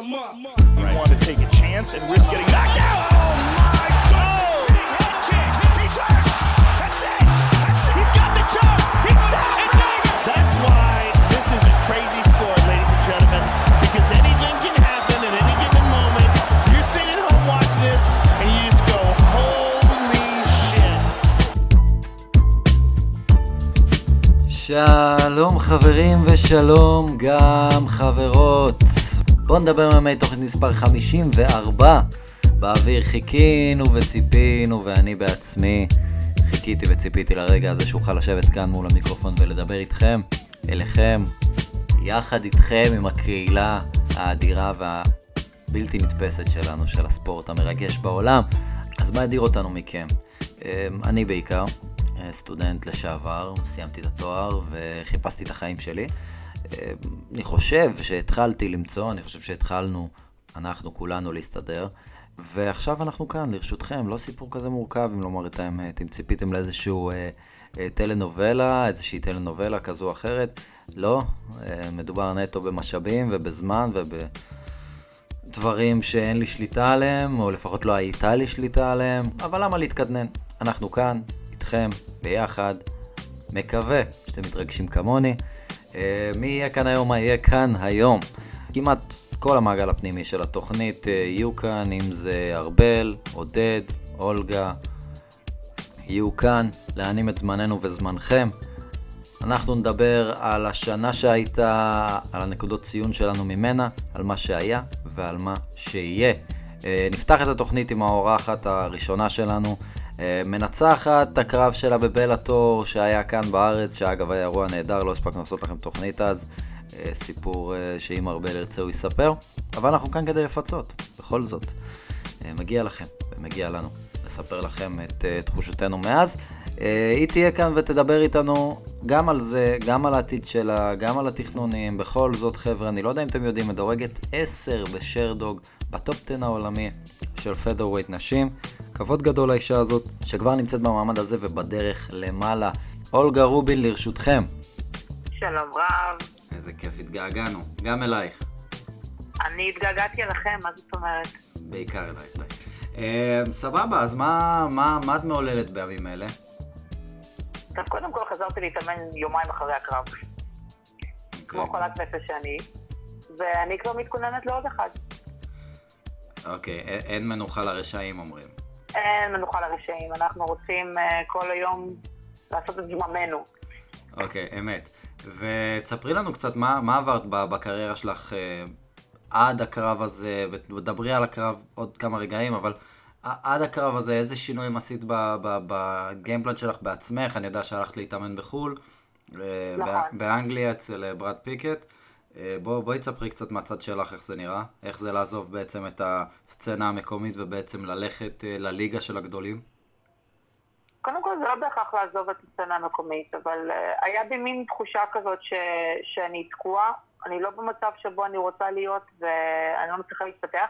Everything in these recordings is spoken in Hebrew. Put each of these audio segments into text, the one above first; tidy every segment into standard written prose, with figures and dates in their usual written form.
'em up. You want to take a chance and risk getting knocked out. Oh my God! Big head kick. He's hurt. That's it. That's it. He's got the choke. He's down. And Dagger. That's why this is a crazy sport, ladies and gentlemen, because anything can happen at any given moment. You're sitting at home watching this, and you just go, holy shit. שלום חברים ושלום גם חברות. בואו נדבר ממי תוכנית מספר 54. באוויר חיכינו וציפינו, ואני בעצמי חיכיתי וציפיתי לרגע הזה שאוכל לשבת כאן מול המיקרופון ולדבר איתכם, אליכם, יחד איתכם עם הקהילה האדירה והבלתי נתפסת שלנו, של הספורט המרגש בעולם. אז מה ידיר אותנו מכם? אני בעיקר סטודנט לשעבר, סיימתי את התואר וחיפשתי את החיים שלי. אני חושב שהתחלתי למצוא, אני חושב שהתחלנו, אנחנו כולנו להסתדר, ועכשיו אנחנו כאן לרשותכם. לא סיפור כזה מורכב, אם לומר את האמת. אם ציפיתם לאיזשהו טלנובלה, איזושהי טלנובלה כזו או אחרת, לא, מדובר נטו במשאבים ובזמן ובדברים שאין לי שליטה עליהם, או לפחות לא הייתה לי שליטה עליהם, אבל למה להתקדנן? אנחנו כאן איתכם ביחד, מקווה שאתם מתרגשים כמוני. מי יהיה כאן היום? מה יהיה כאן היום? כמעט כל המעגל הפנימי של התוכנית יהיו כאן, אם זה ארבל, עודד, אולגה, יהיו כאן להנים את זמננו וזמנכם. אנחנו נדבר על השנה שהייתה, על הנקודות ציון שלנו ממנה, על מה שהיה ועל מה שיהיה. נפתח את התוכנית עם האורחת הראשונה שלנו, מנצחת הקרב שלה בבלאטור שהיה כאן בארץ, שאגב היה אירוע נהדר, לא הספקנו לעשות לכם תוכנית אז, סיפור שאם הרבה ירצה הוא יספר, אבל אנחנו כאן כדי לפצות, בכל זאת. מגיע לכם ומגיע לנו לספר לכם את תחושותינו מאז. היא תהיה כאן ותדבר איתנו גם על זה, גם על העתיד שלה, גם על התכנונים. בכל זאת חבר'ה, אני לא יודע אם אתם יודעים, מדורגת 10 בשרדוג בטופ 10 העולמי של פדרווייט נשים. כבוד גדול לאישה הזאת שכבר נמצאת במעמד הזה ובדרך למעלה. אולגה רובין לרשותכם. שלום רב. איזה כיף, התגעגענו, גם אלייך. אני התגעגעתי אליכם, מה זאת אומרת? בעיקר אלייך. סבבה, אז מה את מעוללת בימים אלה? טוב, קודם כל חזרתי להתאמן יומיים אחרי הקרב. כמו חולת נפש שאני, ואני כבר מתכוננת לעוד אחד. אוקיי, אין מנוחה לרשעים אומרים. אין מנוחה לרשעים, אנחנו רוצים כל היום לעשות את זממנו. אוקיי, אמת. ותספרי לנו קצת מה עברת בקריירה שלך עד הקרב הזה, ודברי על הקרב עוד כמה רגעים, אבל עד הקרב הזה איזה שינויים עשית בגיימפלן שלך בעצמך? אני יודע שהלכת להתאמן בחול, באנגליה אצל ברד פיקט. בואי תספרי קצת מהצד שלך איך זה נראה, איך זה לעזוב בעצם את הסצנה המקומית ובעצם ללכת לליגה של הגדולים. קודם כל זה לא בהכרח לעזוב את הסצנה המקומית, אבל היה בי מין תחושה כזאת שאני תקועה, אני לא במצב שבו אני רוצה להיות ואני לא מצליחה להתפתח,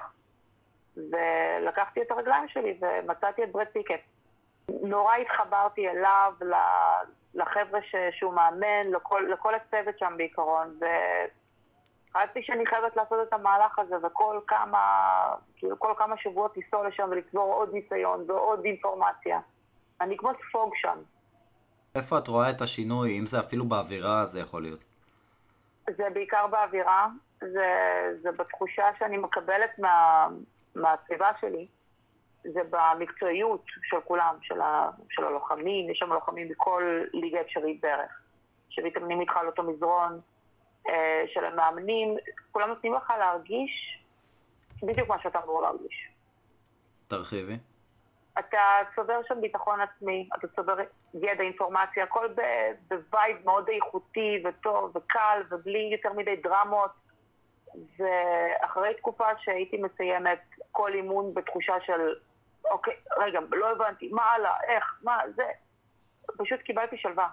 ולקחתי את הרגליים שלי ומצאתי את ברד פיקט. נורא התחברתי אליו, לחבר'ה שהוא מאמן, לכל הצוות שם בעיקרון, חייבתי שאני חייבת לעשות את המהלך הזה, וכל כמה שבועות לנסוע לשם ולצבור עוד ניסיון ועוד אינפורמציה. אני כמו ספוג שם. איפה את רואה את השינוי? אם זה אפילו באווירה, זה יכול להיות. זה בעיקר באווירה, זה בתחושה שאני מקבלת מהסביבה שלי, זה במקצועיות של כולם, של הלוחמים. יש שם לוחמים בכל ליגה אפשרית בערך, שמתאמנים איתך על אותו מזרון, של המאמנים, כולם נותנים לך להרגיש בדיוק מה שאתה אמור להרגיש. תרחיבי. אתה צובר שם ביטחון עצמי, אתה צובר ידע, אינפורמציה, הכל בווייב מאוד איכותי וטוב וקל ובלי יותר מדי דרמות. ואחרי תקופה שהייתי מסיימת כל אימון בתחושה של אוקיי, רגע, לא הבנתי, מה הלאה, איך, מה זה, פשוט קיבלתי שלווה.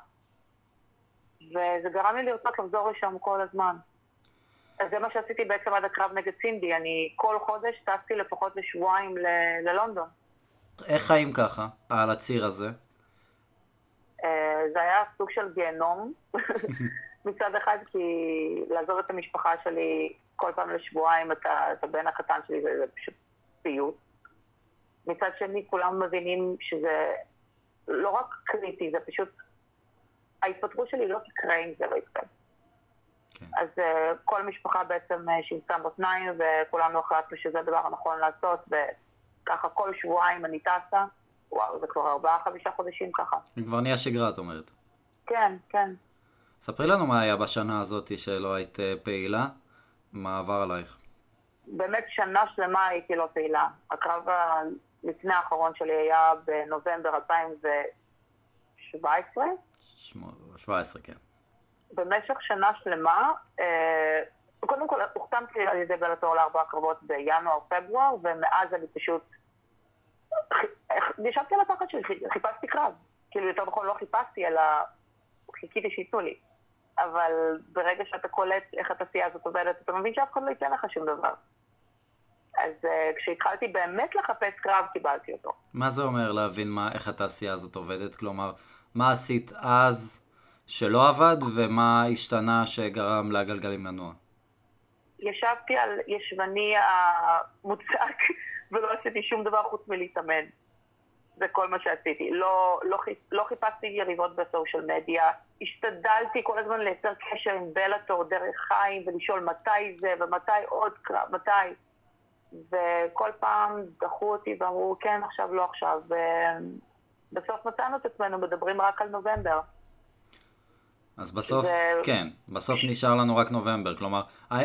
וזה גרם לי לרצות לחזור לשם כל הזמן. אז זה מה שעשיתי בעצם עד הקרב נגד סינדי. אני כל חודש טסתי לפחות לשבועיים ללונדון. איך חיים ככה, על הציר הזה? זה היה סוג של גיהנום. מצד אחד, כי לעזוב את המשפחה שלי כל פעם לשבועיים, את הבן הקטן שלי, זה פשוט פיוט. מצד שני, כולם מבינים שזה לא רק קריטי, זה פשוט... ההתפטרות שלי לא תקרה אם זה לא יקרה. כן. אז כל משפחה בעצם שימצא מותניים, וכולנו החלטנו שזה הדבר הנכון לעשות, וככה כל שבועיים אני טסה. וואו, זה כבר 4-5 חודשים ככה. זה כבר נהיה שגרה, את אומרת. כן, כן. ספרי לנו מה היה בשנה הזאת שלא היית פעילה, מה עבר עלייך. באמת שנה שלמה הייתי לא פעילה. הקרב לפני האחרון שלי היה בנובמבר 2017. 17, כן. במשך שנה שלמה, קודם כל הוחתמתי על ידי בלאטור ל4 קרבות בינואר-פברואר, ומאז אני פשוט ישבתי על הפחד שלי, חיפשתי קרב. כאילו יותר נכון לא חיפשתי, אלא חיכיתי שיתנו לי. אבל ברגע שאתה קולט איך התעשייה הזאת עובדת, אתה מבין שאף אחד לא ייתן לך שום דבר. אז כשהתחלתי באמת לחפש קרב, קיבלתי אותו. מה זה אומר להבין איך התעשייה הזאת עובדת? כלומר, מה עשית אז שלא עבד, ומה השתנה שגרם לגלגלים לנוע? ישבתי על ישבני המוצק, ולא עשיתי שום דבר חוץ מלהתאמן. זה כל מה שעשיתי. לא חיפשתי יריבות בסושיאל מדיה, השתדלתי כל הזמן לייצר קשר עם בלאטור דרך חיים, ולשאול מתי זה, ומתי עוד קרב, מתי. וכל פעם דחו אותי ואמרו, כן, עכשיו, לא עכשיו. ובסוף מצאנו את עצמנו, מדברים רק על נובמבר. אז בסוף, כן, בסוף נשאר לנו רק נובמבר, כלומר,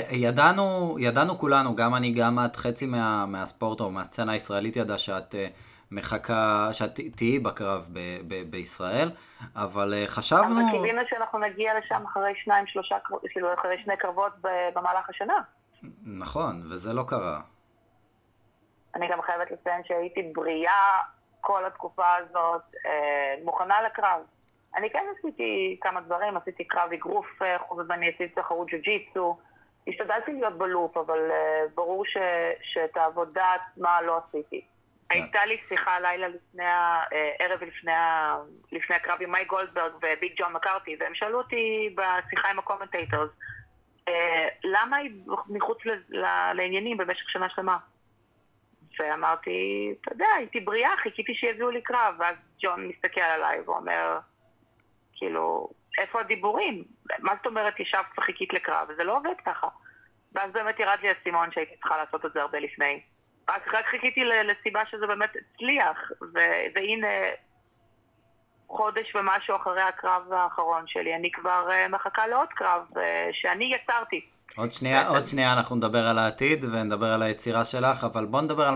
ידענו כולנו, גם אני, גם את, חצי מהספורט או מהסצנה הישראלית ידע שאת מחכה, שאת תהיי בקרב בישראל, אבל חשבנו... אבל קיווינו שאנחנו נגיע לשם אחרי 2-3, כאילו אחרי 2 קרבות במהלך השנה. נכון, וזה לא קרה. אני גם חייבת לציין שהייתי בריאה כל התקופה הזאת, מוכנה לקרב. אני כן עשיתי כמה דברים, עשיתי קרב אגרוף חובבני, עשיתי תחרות ג'ו-ג'יטסו, השתדלתי להיות בלופ, אבל ברור שאת העבודה עצמה לא עשיתי. הייתה לי שיחה לילה ערב לפני הקרב עם מי גולדברג וביג ג'ון מקארתי, והם שאלו אותי בשיחה עם הקומנטייטורס, למה היא מחוץ לעניינים במשך שנה שלמה? ואמרתי, אתה יודע, הייתי בריאה, חיכיתי שיביאו לי קרב, ואז ג'ון מסתכל עליי ואומר, כאילו, איפה הדיבורים? מה זאת אומרת, ישבת וחיכית לקרב? זה לא עובד ככה. ואז באמת ירד לי הסימון שהייתי צריכה לעשות את זה הרבה לפני. רק חיכיתי לסיבה שזה באמת הצליח, והנה חודש ומשהו אחרי הקרב האחרון שלי, אני כבר מחכה לעוד קרב שאני יצרתי. עוד שנייה אנחנו נדבר על העתיד ונדבר על היצירה שלך, אבל בוא נדבר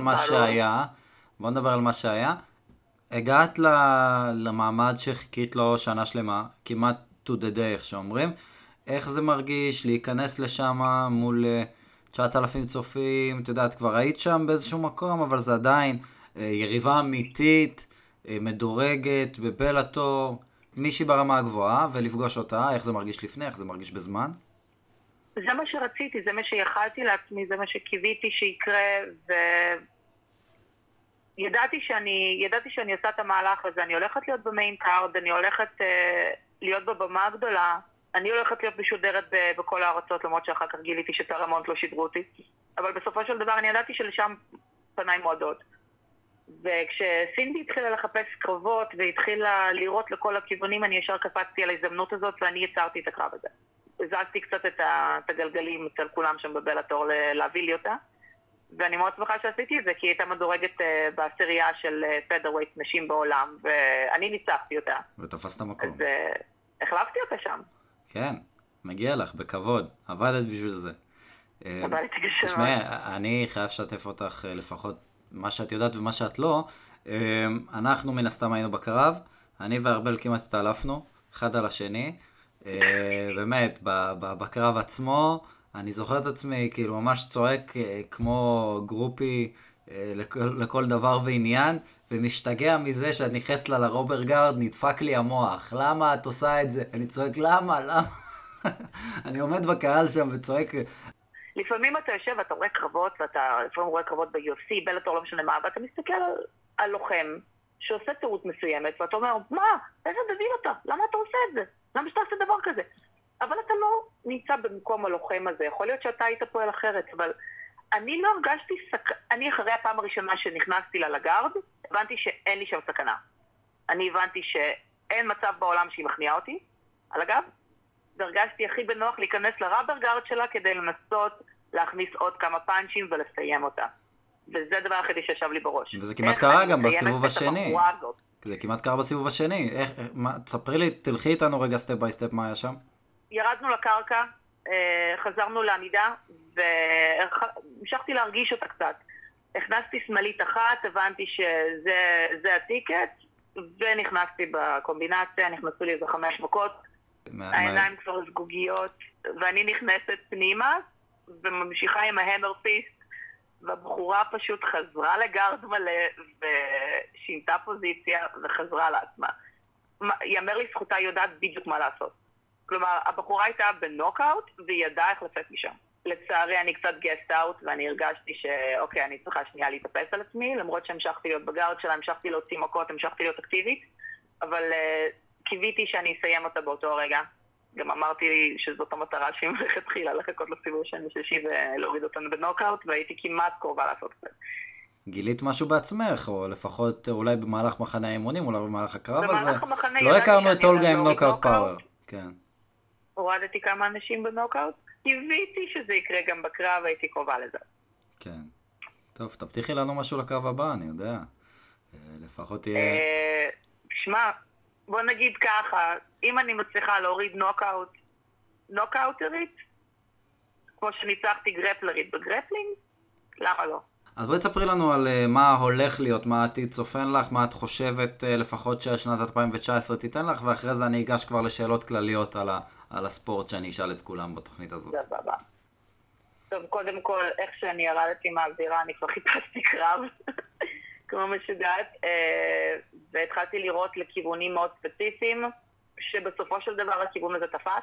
על מה שהיה. הגעת למעמד שחיכית לו שנה שלמה, כמעט to the day, איך שאומרים. איך זה מרגיש להיכנס לשם מול 9,000 צופים? את יודעת, כבר היית שם באיזשהו מקום, אבל זה עדיין יריבה אמיתית, מדורגת, בבלאטור, מישהי ברמה הגבוהה, ולפגוש אותה. איך זה מרגיש לפני, איך זה מרגיש בזמן? זה מה שרציתי, זה מה שיכלתי לעצמי, זה מה שקיוויתי שיקרה, ידעתי שאני עושה את המהלך הזה, אני הולכת להיות במיין קארד, אני הולכת להיות בבמה הגדולה, אני הולכת להיות משודרת בכל הארצות, למרות שאחר כך גיליתי שטרמונט לא שידרו אותי, אבל בסופו של דבר אני ידעתי שלשם פניי מועדות. וכשסינדי התחילה לחפש קרבות והתחילה לראות לכל הכיוונים, אני ישר קפצתי על ההזדמנות הזאת ואני יצרתי את הקרב הזה. הזזתי קצת את הגלגלים אצל כולם שם בבלאטור להביא לי אותה. ואני מאוד שמחה שעשיתי את זה, כי היא הייתה מדורגת בעשירייה של פדרווייט נשים בעולם, ואני ניצחתי אותה. ותפסת מקום. אז החלפתי אותה שם. כן, מגיע לך, בכבוד. עבדת בשביל זה. עבדתי בשביל זה. תשמעי, אני חייב לשתף אותך לפחות מה שאת יודעת ומה שאת לא. אנחנו מן הסתם היינו בקרב, אני וארבל כמעט התעלפנו, אחד על השני. באמת, בקרב עצמו, אני זוכר את עצמי כאילו ממש צועק כמו גרופי לכל דבר ועניין, ומשתגע מזה שאת נכנסת לה לרובר גארד, נדפק לי המוח. למה את עושה את זה? אני צועק, למה? אני עומד בקהל שם וצועק. לפעמים אתה יושב ואתה רואה קרבות, ואתה לפעמים רואה קרבות ב-UFC, בלאטור לא משנה מה, ואתה מסתכל על לוחם שעושה טעות מסוימת, ואתה אומר, מה? איזה דביל אתה? למה אתה עושה את זה? למה שאתה עושה דבר כזה? אבל אתה לא נמצא במקום הלוחם הזה. יכול להיות שאתה היית פועל אחרת, אבל אני לא הרגשתי אני אחרי הפעם הראשונה שנכנסתי ללגארד, הבנתי שאין לי שם סכנה. אני הבנתי שאין מצב בעולם שהיא מכניעה אותי, על הגב, והרגשתי הכי בנוח להיכנס לראבר-גארד שלה כדי לנסות להכניס עוד כמה פאנצ'ים ולסיים אותה. וזה הדבר היחידי שישב לי בראש. וזה כמעט קרה גם בסיבוב השני. זה כמעט קרה בסיבוב השני. תספרי לי, תלכי איתנו רגע סטפ ביי סטפ מה היה שם. ירדנו לקרקע, חזרנו לעמידה, והמשכתי להרגיש אותה קצת. הכנסתי שמאלית אחת, הבנתי שזה הטיקט, ונכנסתי בקומבינציה, נכנסו לי איזה 5 מכות, העיניים כבר סגוגיות, ואני נכנסת פנימה, וממשיכה עם ההנדר פיסט, והבחורה פשוט חזרה לגארד מלא, ושינתה פוזיציה, וחזרה לעצמה. יאמר לי זכותה, היא יודעת בדיוק מה לעשות. כלומר, הבחורה הייתה בנוקאוט, והיא ידעה איך לצאת משם. לצערי, אני קצת גסט אאוט, ואני הרגשתי שאוקיי, אני צריכה שנייה להתאפס על עצמי, למרות שהמשכתי להיות בגארד שלה, המשכתי להוציא מכות, המשכתי להיות אקטיבית, אבל קיוויתי שאני אסיים אותה באותו רגע. גם אמרתי שזאת המטרה שהיא מלכתחילה לחכות לסיבוב השלישי ולהוריד אותנו בנוקאוט, והייתי כמעט קרובה לעשות את זה. גילית משהו בעצמך, או לפחות אולי במהלך מחנה האימונים, אולי במהלך הקרב הזה. במהלך המחנה לא הכרנו את אולגה עם נוקאוט פאוור. כן. הורדתי כמה אנשים בנוקאוט, קיוויתי שזה יקרה גם בקרב, הייתי קרובה לזה. כן. טוב, תבטיחי לנו משהו לקרב הבא, אני יודע. לפחות תהיה... שמע, בוא נגיד ככה, אם אני מצליחה להוריד נוקאוטרית, כמו שניצחתי גרפלרית בגרפלינג, למה לא? אז בואי תספרי לנו על מה הולך להיות, מה העתיד צופן לך, מה את חושבת לפחות ששנת 2019 תיתן לך, ואחרי זה אני אגש כבר לשאלות כלליות על הספורט שאני אשאל את כולם בתוכנית הזאת. סבבה. טוב, קודם כל, איך שאני ירדתי מהאווירה, אני כבר חיפשתי קרב, כמו משוגעת, והתחלתי לראות לכיוונים מאוד ספציפיים, שבסופו של דבר הכיוון הזה תפס,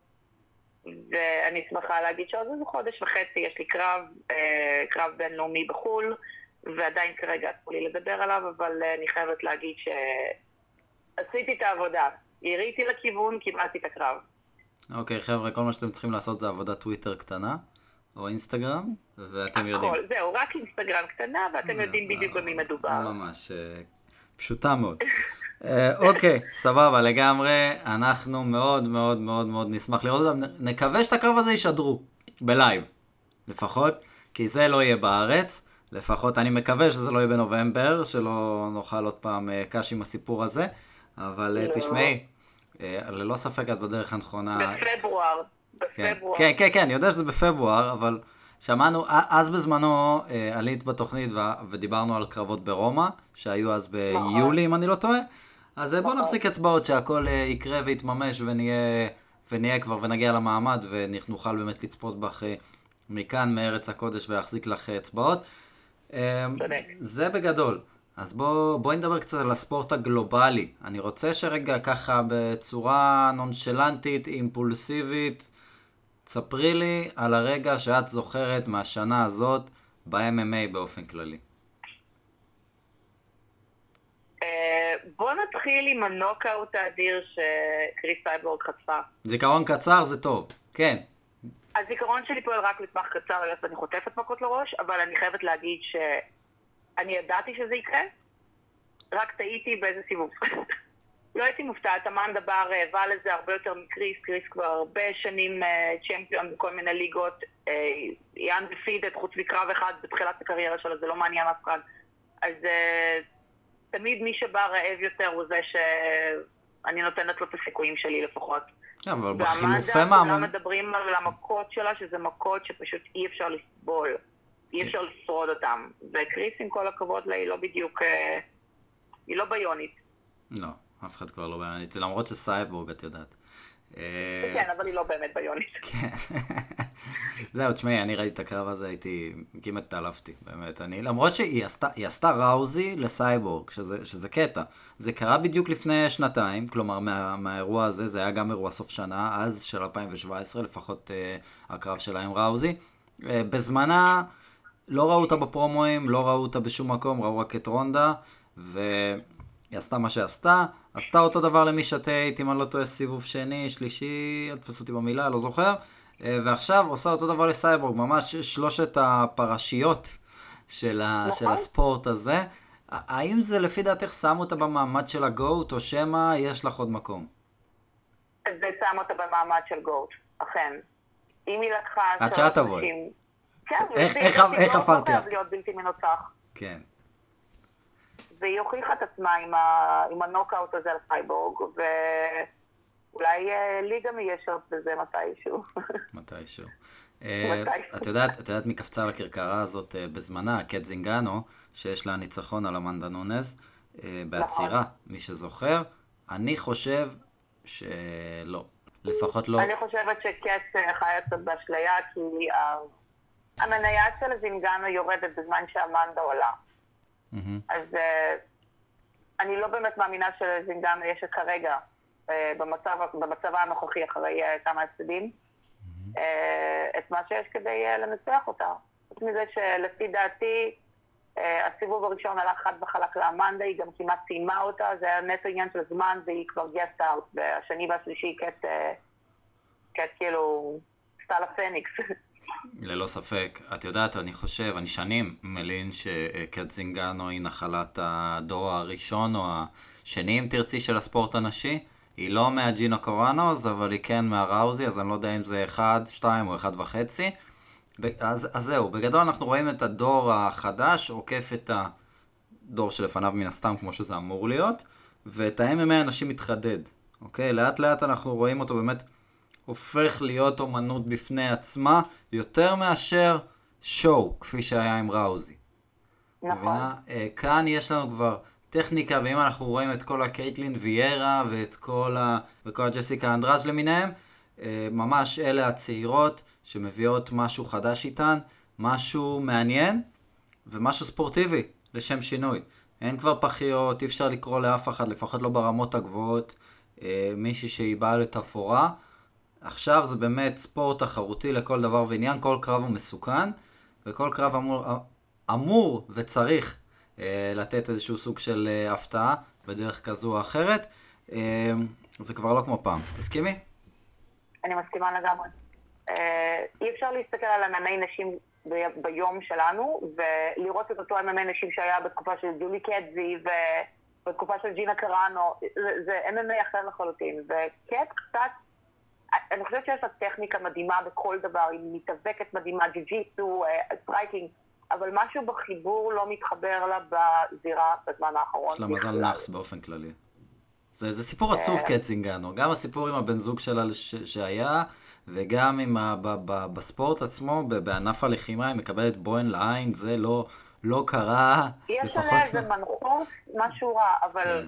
ואני שמחה להגיד שעוד איזה חודש וחצי יש לי קרב בינלאומי בחול, ועדיין כרגע אסור לי לדבר עליו, אבל אני חייבת להגיד שעשיתי את העבודה, יריתי לכיוון, קיבלתי את הקרב. אוקיי, חבר'ה, כל מה שאתם צריכים לעשות זה עבודת טוויטר קטנה, או אינסטגרם, ואתם יודעים. זהו, רק אינסטגרם קטנה, ואתם יודעים בדיוק במי מדובר. ממש, פשוטה מאוד. אוקיי, סבבה, לגמרי, אנחנו מאוד מאוד מאוד מאוד נשמח לראות אותם, נקווה שאת הקרב הזה ישדרו, בלייב, לפחות, כי זה לא יהיה בארץ, לפחות אני מקווה שזה לא יהיה בנובמבר, שלא נוכל עוד פעם קש עם הסיפור הזה, אבל תשמעי, ללא ספק את בדרך הנכונה. בפברואר. כן, כן, כן, אני יודע שזה בפברואר, אבל שמענו, אז בזמנו עלית בתוכנית ודיברנו על קרבות ברומא, שהיו אז ביולי אם אני לא טועה, אז בואו נחזיק אצבעות שהכל יקרה ויתממש ונהיה כבר ונגיע למעמד ונוכל באמת לצפות בך מכאן, מארץ הקודש ולהחזיק לך אצבעות. זה בגדול. אז בואי נדבר קצת על הספורט הגלובלי. אני רוצה שרגע ככה בצורה נונשלנטית, אימפולסיבית, תספרי לי על הרגע שאת זוכרת מהשנה הזאת ב-MMA באופן כללי. בוא נתחיל עם הנוקאוט האדיר שקריס סייבורג חטפה. זיכרון קצר זה טוב, כן. הזיכרון שלי פועל רק לטווח קצר, אני חוטפת מכות לראש, אבל אני חייבת להגיד שאני ידעתי שזה יקרה, רק טעיתי באיזה סיבוב. לא הייתי מופתעת, אמנדה בר הבא לזה הרבה יותר מקריס, קריס כבר הרבה שנים צ'מפיון בכל מיני ליגות, היא אנדפידד חוץ מקרב אחד בתחילת הקריירה שלה, זה לא מעניין אף אחד. אז תמיד מי שבא רעב יותר הוא זה שאני נותנת לו את הסיכויים שלי לפחות. אבל בחילופי מאמן... כולם מדברים על המכות שלה, שזה מכות שפשוט אי אפשר לסבול, אי אפשר לשרוד אותם. וקריס עם כל הכבוד לה היא לא בדיוק, היא לא ביונית. לא, אף אחד כבר לא ביונית, למרות שסייבורג את יודעת. כן, אבל היא לא באמת ביונית. כן. זהו, תשמעי, אני ראיתי את הקרב הזה, הייתי כמעט תעלפתי, באמת. למרות שהיא עשתה ראוזי לסייבורג, שזה קטע. זה קרה בדיוק לפני שנתיים, כלומר מהאירוע הזה, זה היה גם אירוע סוף שנה, אז של 2017, לפחות הקרב שלה עם ראוזי. בזמנה לא ראו אותה בפרומואים, לא ראו אותה בשום מקום, ראו רק את רונדה, היא עשתה מה שעשתה, עשתה אותו דבר למי שתהית, אם אני לא טועה, סיבוב שני, שלישי, אל תפסו אותי במילה, לא זוכר, ועכשיו עושה אותו דבר לסייבורג, ממש שלושת הפרשיות של הספורט הזה. האם זה לפי דעתך שם אותה במעמד של הגוט, או שמא יש לך עוד מקום? זה שם אותה במעמד של גוט, אכן. אם היא לקחה... עד שאת תבואי. כן, איך חפרתי לך? לא להיות בלתי מנוצח. כן. והיא הוכיחה את עצמה עם הנוקאוט הזה על סייבורג, ואולי לי גם יהיה שרט בזה מתישהו. מתישהו. את יודעת מי קפצה על הכרכרה הזאת בזמנה, קט זינגאנו, שיש לה ניצחון על אמנדה נונז, בעצירה, מי שזוכר. אני חושב שלא, לפחות לא. אני חושבת שקט חיה קצת באשליה, כי המניה של זינגאנו יורדת בזמן שאמנדה עולה. אז אני לא באמת מאמינה שלזינגאנו יש כרגע, במצבה הנוכחי אחרי כמה הפסדים, את מה שיש כדי לנצח אותה. חוץ מזה שלפי דעתי, הסיבוב הראשון הלך חד וחלק לאמנדה, היא גם כמעט סיימה אותה, זה היה נטו עניין של זמן, והיא כבר גסט אאוט, והשני והשלישי קט כאילו סטלה פניקס. ללא ספק. את יודעת, אני חושב, אני שנים מלין שקט זינגאנו היא נחלת הדור הראשון או השני, אם תרצי, של הספורט הנשי. היא לא מהג'ינה קורנוס, אבל היא כן מהראוזי, אז אני לא יודע אם זה 1, 2 או 1.5. אז זהו, בגדול אנחנו רואים את הדור החדש, עוקף את הדור שלפניו מן הסתם, כמו שזה אמור להיות, ואת ה-MMA אנשים מתחדד. אוקיי? לאט לאט אנחנו רואים אותו באמת הופך להיות אומנות בפני עצמה, יותר מאשר שואו, כפי שהיה עם ראוזי. נכון. כאן יש לנו כבר טכניקה, ואם אנחנו רואים את כל הקייטלין ויירה, וכל הג'סיקה אנדראז' למיניהם, ממש אלה הצעירות שמביאות משהו חדש איתן, משהו מעניין, ומשהו ספורטיבי, לשם שינוי. אין כבר פחיות, אי אפשר לקרוא לאף אחד, לפחות לא ברמות הגבוהות, מישהי שהיא באה לתפאורה. עכשיו זה באמת ספורט תחרותי לכל דבר ועניין, כל קרב הוא מסוכן, וכל קרב אמור וצריך לתת איזשהו סוג של הפתעה, בדרך כזו או אחרת. זה כבר לא כמו פעם. תסכימי? אני מסכימה לגמרי. אי אפשר להסתכל על MMA נשים ביום שלנו, ולראות את אותו MMA נשים שהיה בתקופה של ג'ולי קטזי, ובתקופה של ג'ינה קראנו, זה MMA אחר לחלוטין. וקט קצת, אני חושבת שיש לה טכניקה מדהימה בכל דבר, היא מתאבקת מדהימה, ג'יוג'יטסו, סטרייקינג, אבל משהו בחיבור לא מתחבר לה בזירה בזמן האחרון. יש לה מזל נחס באופן כללי. זה סיפור עצוב קט זינגאנו, גם הסיפור עם הבן זוג שלה שהיה, וגם בספורט עצמו, בענף הלחימה, היא מקבלת בוהן לעין, זה לא קרה. יש עליה איזה מנחות, משהו רע, אבל...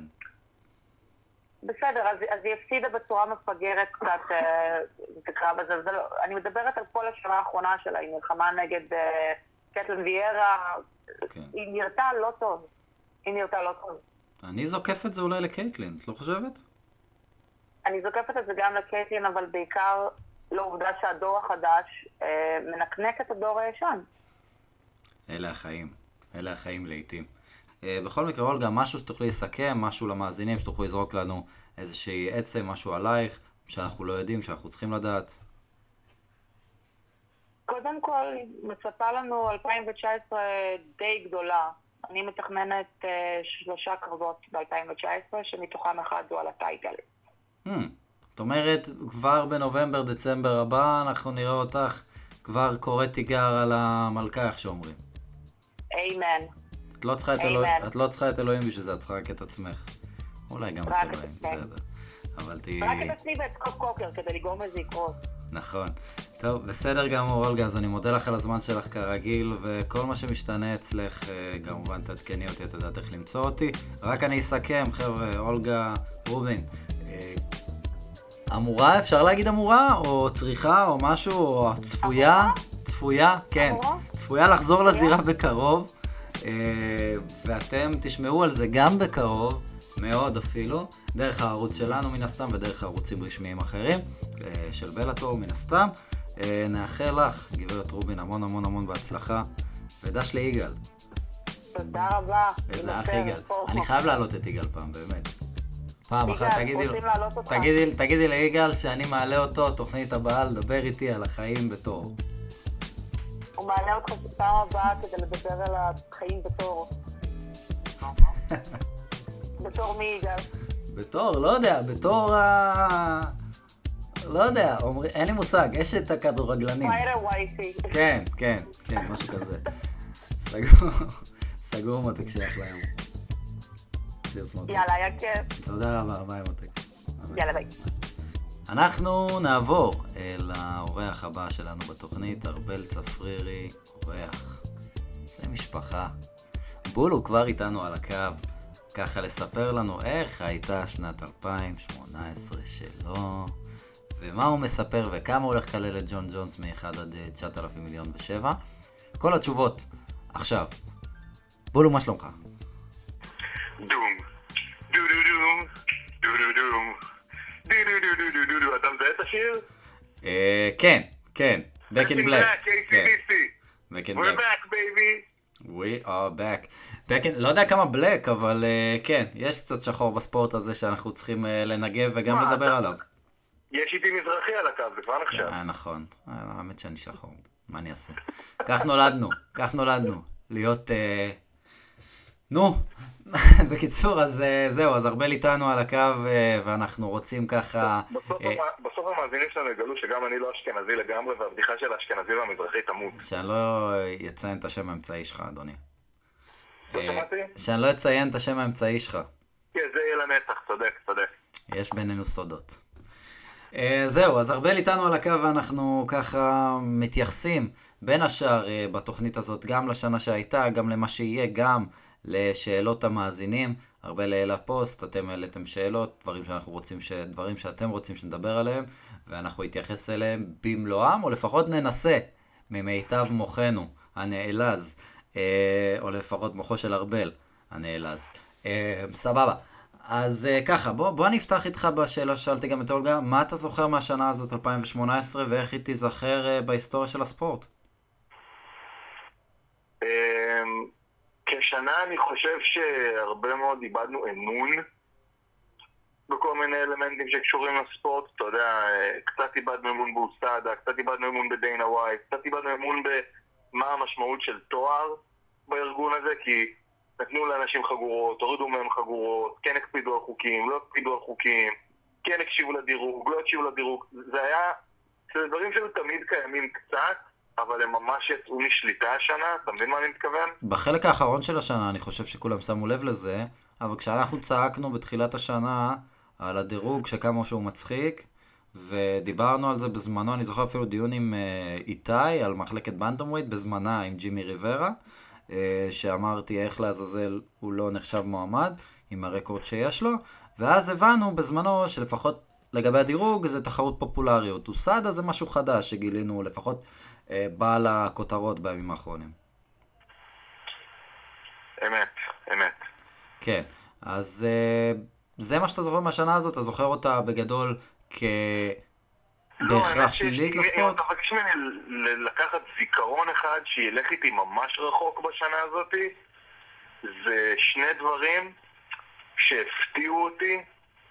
בסדר, אז היא הפסידה בצורה מפגרת קצת את הקרב הזה. אני מדברת על כל השנה האחרונה שלה, היא מלחמה נגד קטלין ויירה, היא נראתה לא טוב. אני זוקף את זה אולי לקייטלין, את לא חושבת? אני זוקפת את זה גם לקייטלין, אבל בעיקר לעובדה שהדור החדש מנקנק את הדור הישן. אלה החיים לעתים. בכל מקרה, אולגה, משהו שתוכלי לסכם, משהו למאזינים, שתוכלו לזרוק לנו איזושהי עצם, משהו עלייך, שאנחנו לא יודעים, שאנחנו צריכים לדעת. קודם כל, מצפה לנו 2019 די גדולה. אני מתכננת 3 קרבות ב-2019, שמתוכם אחד הוא על הטייטל. זאת אומרת, כבר בנובמבר, דצמבר הבא, אנחנו נראה אותך כבר קוראת תיגר על המלכה, איך שאומרים. אמן. את לא צריכה את אלוהים בשביל זה, את צריכה רק את עצמך. אולי גם את אלוהים, בסדר. אבל תהי... רק את עצמי ואת קופ קוקר כדי לגרום לזה יקרות. נכון. טוב, בסדר גמור, אולגה, אז אני מודה לך על הזמן שלך כרגיל, וכל מה שמשתנה אצלך, כמובן תעדכני אותי, את יודעת איך למצוא אותי. רק אני אסכם, חבר'ה, אולגה רובין. אמורה, אפשר להגיד אמורה, או צריכה, או משהו, או צפויה, כן. צפויה לחזור לזירה בקרוב. ואתם תשמעו על זה גם בקרוב, מאוד אפילו, דרך הערוץ שלנו מן הסתם ודרך הערוצים רשמיים אחרים של בלאטור מן הסתם. נאחל לך, גברת רובין, המון בהצלחה, ודש ליגאל. תודה רבה. איזה אח יגאל. אני חייב להעלות את יגאל פעם, באמת. פעם אחת תגידי ליגאל שאני מעלה אותו, תוכנית הבאה, לדבר איתי על החיים בתור. הוא מעלה אותך פעם הבאה כדי לדבר על החיים בתור. בתור מי יגאל? בתור, לא יודע, בתור לא יודע, אין לי מושג, יש את הכדורגלנים. פיירה וייטי. כן, משהו כזה. סגור מותק שייך להם. יאללה, היה כיף. תודה רבה, ביי מותק. יאללה, ביי. אנחנו נעבור לאורח הבא שלנו בתוכנית, ארבל צפרירי, אורח. זה משפחה. בולו כבר איתנו על הקו, ככה לספר לנו איך הייתה שנת 2018 שלו, ומה הוא מספר וכמה הוא הולך כלל את ג'ון ג'ונס מ-1 עד 9,000,000,007. כל התשובות עכשיו. בולו, מה שלומך? דום, דו דו דום, דו דו דום, דו דו דו דו דו דו. אתה מזהה את השיר? כן, Back in Black. Back in Black, We're back, baby. We are back. לא יודע כמה בלק, אבל כן, יש קצת שחור בספורט הזה שאנחנו צריכים לנגב וגם לדבר עליו. יש איתי מזרחי על הקו, זה כבר נחשב. נכון, האמת שאני שחור, מה אני אעשה? כך נולדנו, להיות... נו, בקיצור, אז זהו, אז ארבל איתנו על הקו, ואנחנו רוצים ככה... בסוף המאזינים שלנו יגלו שגם אני לא אשכנזי לגמרי, והבדיחה של האשכנזי והמזרחי תמות. שאני לא אציין את השם האמצעי שלך, אדוני. לא שמעתי? שאני לא אציין את השם האמצעי שלך. כן, זה יהיה לנצח, צודק. יש בינינו סודות. זהו, אז ארבל איתנו על הקו, ואנחנו ככה מתייחסים בין השאר בתוכנית הזאת, גם לשנה שהייתה, גם למה שיהיה, גם לשאלות המאזינים. ארבל העלה פוסט, אתם העליתם שאלות, דברים שאתם רוצים שנדבר עליהם, ואנחנו נתייחס אליהם במלואם, או לפחות ננסה ממיטב מוחנו הנעלז, או לפחות מוחו של ארבל הנעלז. סבבה. אז ככה, בוא נפתח איתך בשאלה ששאלתי גם את אולגה, מה אתה זוכר מהשנה הזאת 2018 ואיך היא תיזכר בהיסטוריה של הספורט? כשנה אני חושב שהרבה מאוד איבדנו אמון בכל מיני אלמנטים שקשורים לספורט. אתה יודע, קצת איבדנו אמון באוסטדה, קצת איבדנו אמון בדיינה ווייט, קצת איבדנו אמון במה המשמעות של תואר בארגון הזה, כי נתנו לאנשים חגורות, הורידו מהם חגורות, כן הקפידו על חוקים, לא הקפידו על חוקים, כן הקשיבו לדירוג, לא הקשיבו לדירוג. זה דברים שהיו תמיד קיימים קצת, אבל הם ממש יצאו משליטה השנה, אתה מבין מה אני מתכוון? בחלק האחרון של השנה אני חושב שכולם שמו לב לזה, אבל כשאנחנו צעקנו בתחילת השנה על הדירוג שכמה שהוא מצחיק, ודיברנו על זה בזמנו, אני זוכר אפילו דיון עם איתי על מחלקת בנטמווייט בזמנה עם ג'ימי ריברה, שאמרתי איך לעזאזל הוא לא נחשב מועמד עם הרקורד שיש לו, ואז הבנו בזמנו שלפחות לגבי הדירוג זה תחרות פופולריות. אוסטדה זה משהו חדש שגילינו, לפחות בא לכותרות בימים האחרונים. אמת. כן, אז זה מה שאתה זוכר מהשנה הזאת, אתה זוכר אותה בגדול בהכרח שלילית לספורט? אם אתה מבקש ממני לקחת זיכרון אחד שילך איתי ממש רחוק בשנה הזאת, זה שני דברים שהפתיעו אותי,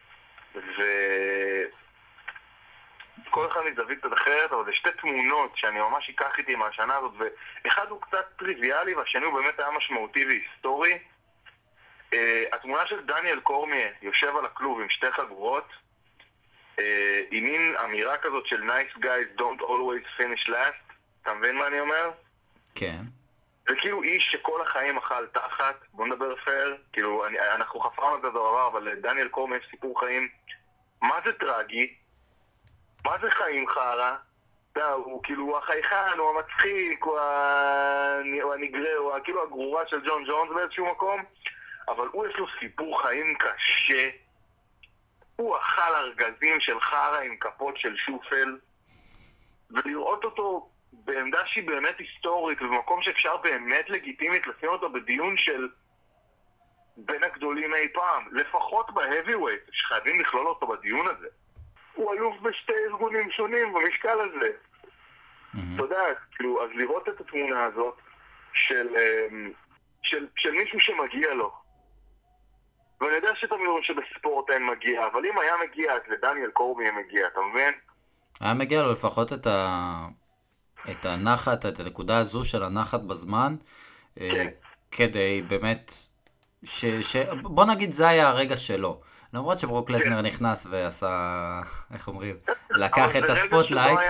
כל אחד מזווית קצת אחרת, אבל זה שתי תמונות שאני ממש אקח איתי מהשנה הזאת, ואחד הוא קצת טריוויאלי והשני הוא באמת היה משמעותי והיסטורי. התמונה של דניאל קורמיה יושב על הכלוב עם שתי חגורות, עם מין אמירה כזאת של nice guys don't always finish last. אתה מבין מה אני אומר? כן. זה כאילו איש שכל החיים אכל תחת, בוא נדבר פייר, כאילו אנחנו חפרנו את זה דבר, אבל דניאל קורמיה יש סיפור חיים, מה זה טרגי? מה זה חיים חרה? הוא כאילו החייכן, הוא המצחיק, הוא הנגרה, הוא כאילו הגרורה של ג'ון ג'ונס באיזשהו מקום, אבל הוא יש לו סיפור חיים קשה. הוא אכל ארגזים של חרה עם כפות של שופל, ולראות אותו בעמדה שהיא באמת היסטורית, ובמקום שאפשר באמת לגיטימית לשים אותו בדיון של בין הגדולים אי פעם, לפחות בהאביווייט, שחייבים לכלול אותו בדיון הזה. הוא אלוף בשתי ארגונים שונים במשקל הזה. אתה יודע, כאילו, אז לראות את התמונה הזאת של של מישהו שמגיע לו. ואני יודע שתמיד אומרים שבספורט אין מגיע, אבל אם היה מגיע, אז לדניאל קורמי היה מגיע, אתה מבין? היה מגיע לו לפחות את הנחת, את הנקודה הזו של הנחת בזמן, כדי באמת, בוא נגיד זה היה הרגע שלו. למרות שברוק לסנר נכנס ועשה, איך אומרים, לקח את הספוטלייט.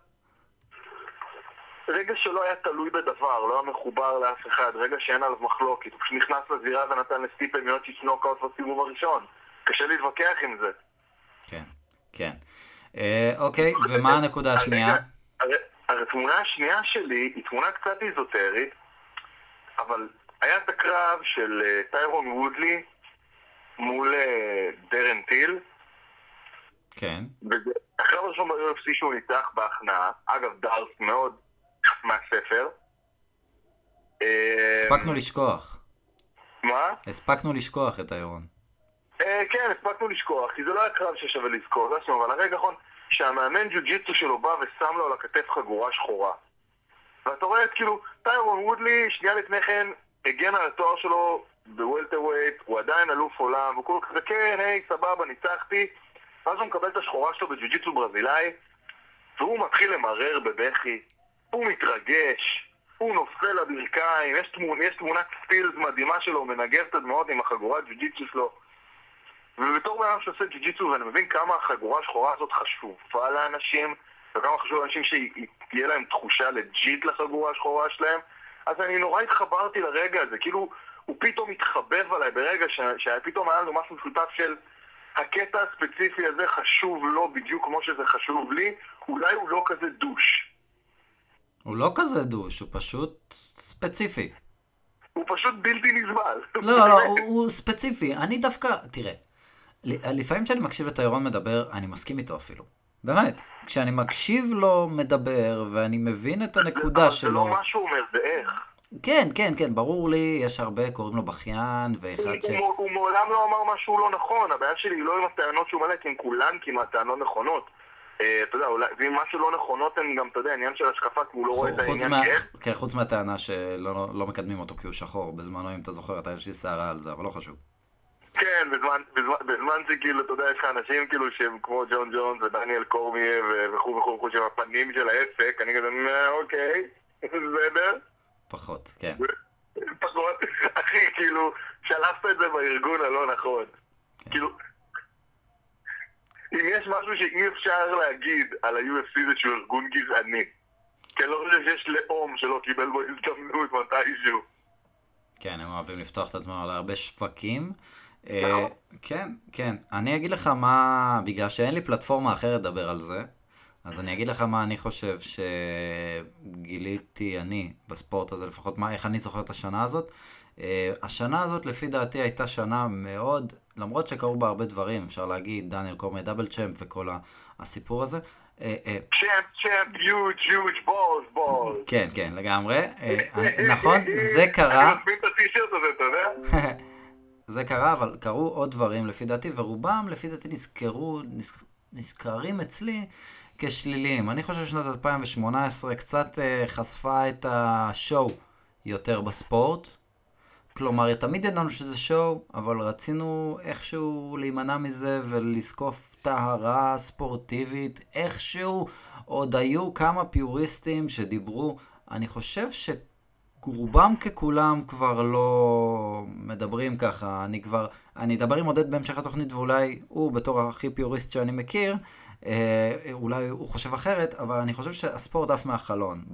רגע שלא היה תלוי בדבר, לא היה מחובר לאף אחד, רגע שאין עליו מחלוקת, הוא פשוט נכנס לזירה ונתן לסטיפה מיוטשיץ' נוקאוט בסיבוב הראשון. קשה להתווכח עם זה. כן, כן. אוקיי, ומה הנקודה השנייה? התמונה השנייה שלי היא תמונה קצת איזוטרית, אבל היה את הקרב של טיירון וודלי מול דרן טיל. כן. הקרב הראשון ב-UFC שהוא ניצח בהכנעה, אגב דארס מאוד מהספר. הספקנו לשכוח. מה? הספקנו לשכוח את האירון. כן, הספקנו לשכוח, כי זה לא היה קרב ששווה לזכור, אבל הרגע האחרון שהמאמן ג'ו-ג'יטסו שלו בא ושם לו על הכתף חגורה שחורה. ואתה רואה את כאילו, טיירון וודלי שנייה לפני כן הגן על התואר שלו בוולטרווייט, הוא עדיין אלוף עולם, וכולו כזה, כן, היי, סבבה, ניצחתי. ואז הוא מקבל את השחורה שלו בג'ו-ג'יטסו ברזילאי, והוא מתחיל למרר בבכי, הוא מתרגש, הוא נופל לברכיים, יש תמונת סטילס מדהימה שלו, הוא מנגב את הדמעות עם החגורת ג'ו-ג'יטסו שלו. ובתור בן אדם שעושה ג'ו-ג'יטסו, ואני מבין כמה החגורה השחורה הזאת חשובה לאנשים, וכמה חשוב לאנשים שתהיה להם תחושה לג'יט לחגורה השחורה שלהם, אז אני נורא התחברתי לרגע הזה, כאילו הוא פתאום התחבב עליי ברגע שפתאום היה לנו משהו משותף של הקטע הספציפי הזה חשוב לו בדיוק כמו שזה חשוב לי, אולי הוא לא כזה דוש. הוא לא כזה דוש, הוא פשוט ספציפי. הוא פשוט בלתי נסבל. לא, הוא ספציפי. אני דווקא, תראה, לפעמים כשאני מקשיב את טיירון מדבר, אני מסכים איתו אפילו. באמת. כשאני מקשיב לו מדבר, ואני מבין את הנקודה שלו. זה לא מה שהוא אומר, זה איך. כן, כן, כן, ברור לי, יש הרבה, קוראים לו בכיין, ואחד הוא מעולם לא אמר משהו לא נכון, הבעיה שלי היא לא עם הטענות שהוא מלא, כי הם כולן כמעט טענות נכונות. אתה יודע, ואם משהו לא נכונות הם גם, אתה יודע, עניין של השקפה, כי הוא לא רואה את העניין כאיך. כן, חוץ מהטענה שלא מקדמים אותו כי הוא שחור, בזמנו, אם אתה זוכר, אתה יש לי שערה על זה, אבל לא חשוב. כן, בזמן שכאילו, אתה יודע, יש לך אנשים כאילו שהם כמו ג'ון ג'ונס ודניאל קורמיה וכו' שהם הפנים של העסק, אני כזה, אוקיי, בסדר. פחות, כן. פחות, אחי, כאילו, שלפת את זה בארגון הלא נכון. כאילו, אם יש משהו שאי אפשר להגיד על ה-UFC זה שהוא ארגון גזעני, כי אני לא חושב שיש לאום שלא קיבל בו הזדמנות מתישהו. כן, הם אוהבים לפתוח את עצמם על הרבה שווקים. כן, כן. אני אגיד לך מה, בגלל שאין לי פלטפורמה אחרת לדבר על זה, אז אני אגיד לך מה אני חושב שגיליתי אני בספורט הזה, לפחות איך אני זוכר את השנה הזאת. השנה הזאת לפי דעתי הייתה שנה מאוד, למרות שקרו בה הרבה דברים, אפשר להגיד, דניאל קורמי דאבל צ'מפ וכל הסיפור הזה. צ'מפ, יוג', בולס. כן, כן, לגמרי. נכון, זה קרה. אני מסביר את הטישרט הזה, אתה יודע? זה קרה, אבל קרו עוד דברים לפי דעתי, ורובם לפי דעתי נזכרים אצלי כשליליים. אני חושב ששנת 2018 קצת חשפה את השואו יותר בספורט. כלומר, תמיד ידענו שזה שואו, אבל רצינו איכשהו להימנע מזה ולזקוף טהרה ספורטיבית. איכשהו עוד היו כמה פיוריסטים שדיברו. אני חושב שרובם ככולם כבר לא מדברים ככה. אני אדבר עם עודד בהמשך התוכנית, ואולי הוא בתור הכי פיוריסט שאני מכיר, אולי הוא חושב אחרת, אבל אני חושב שהספורט עף מהחלון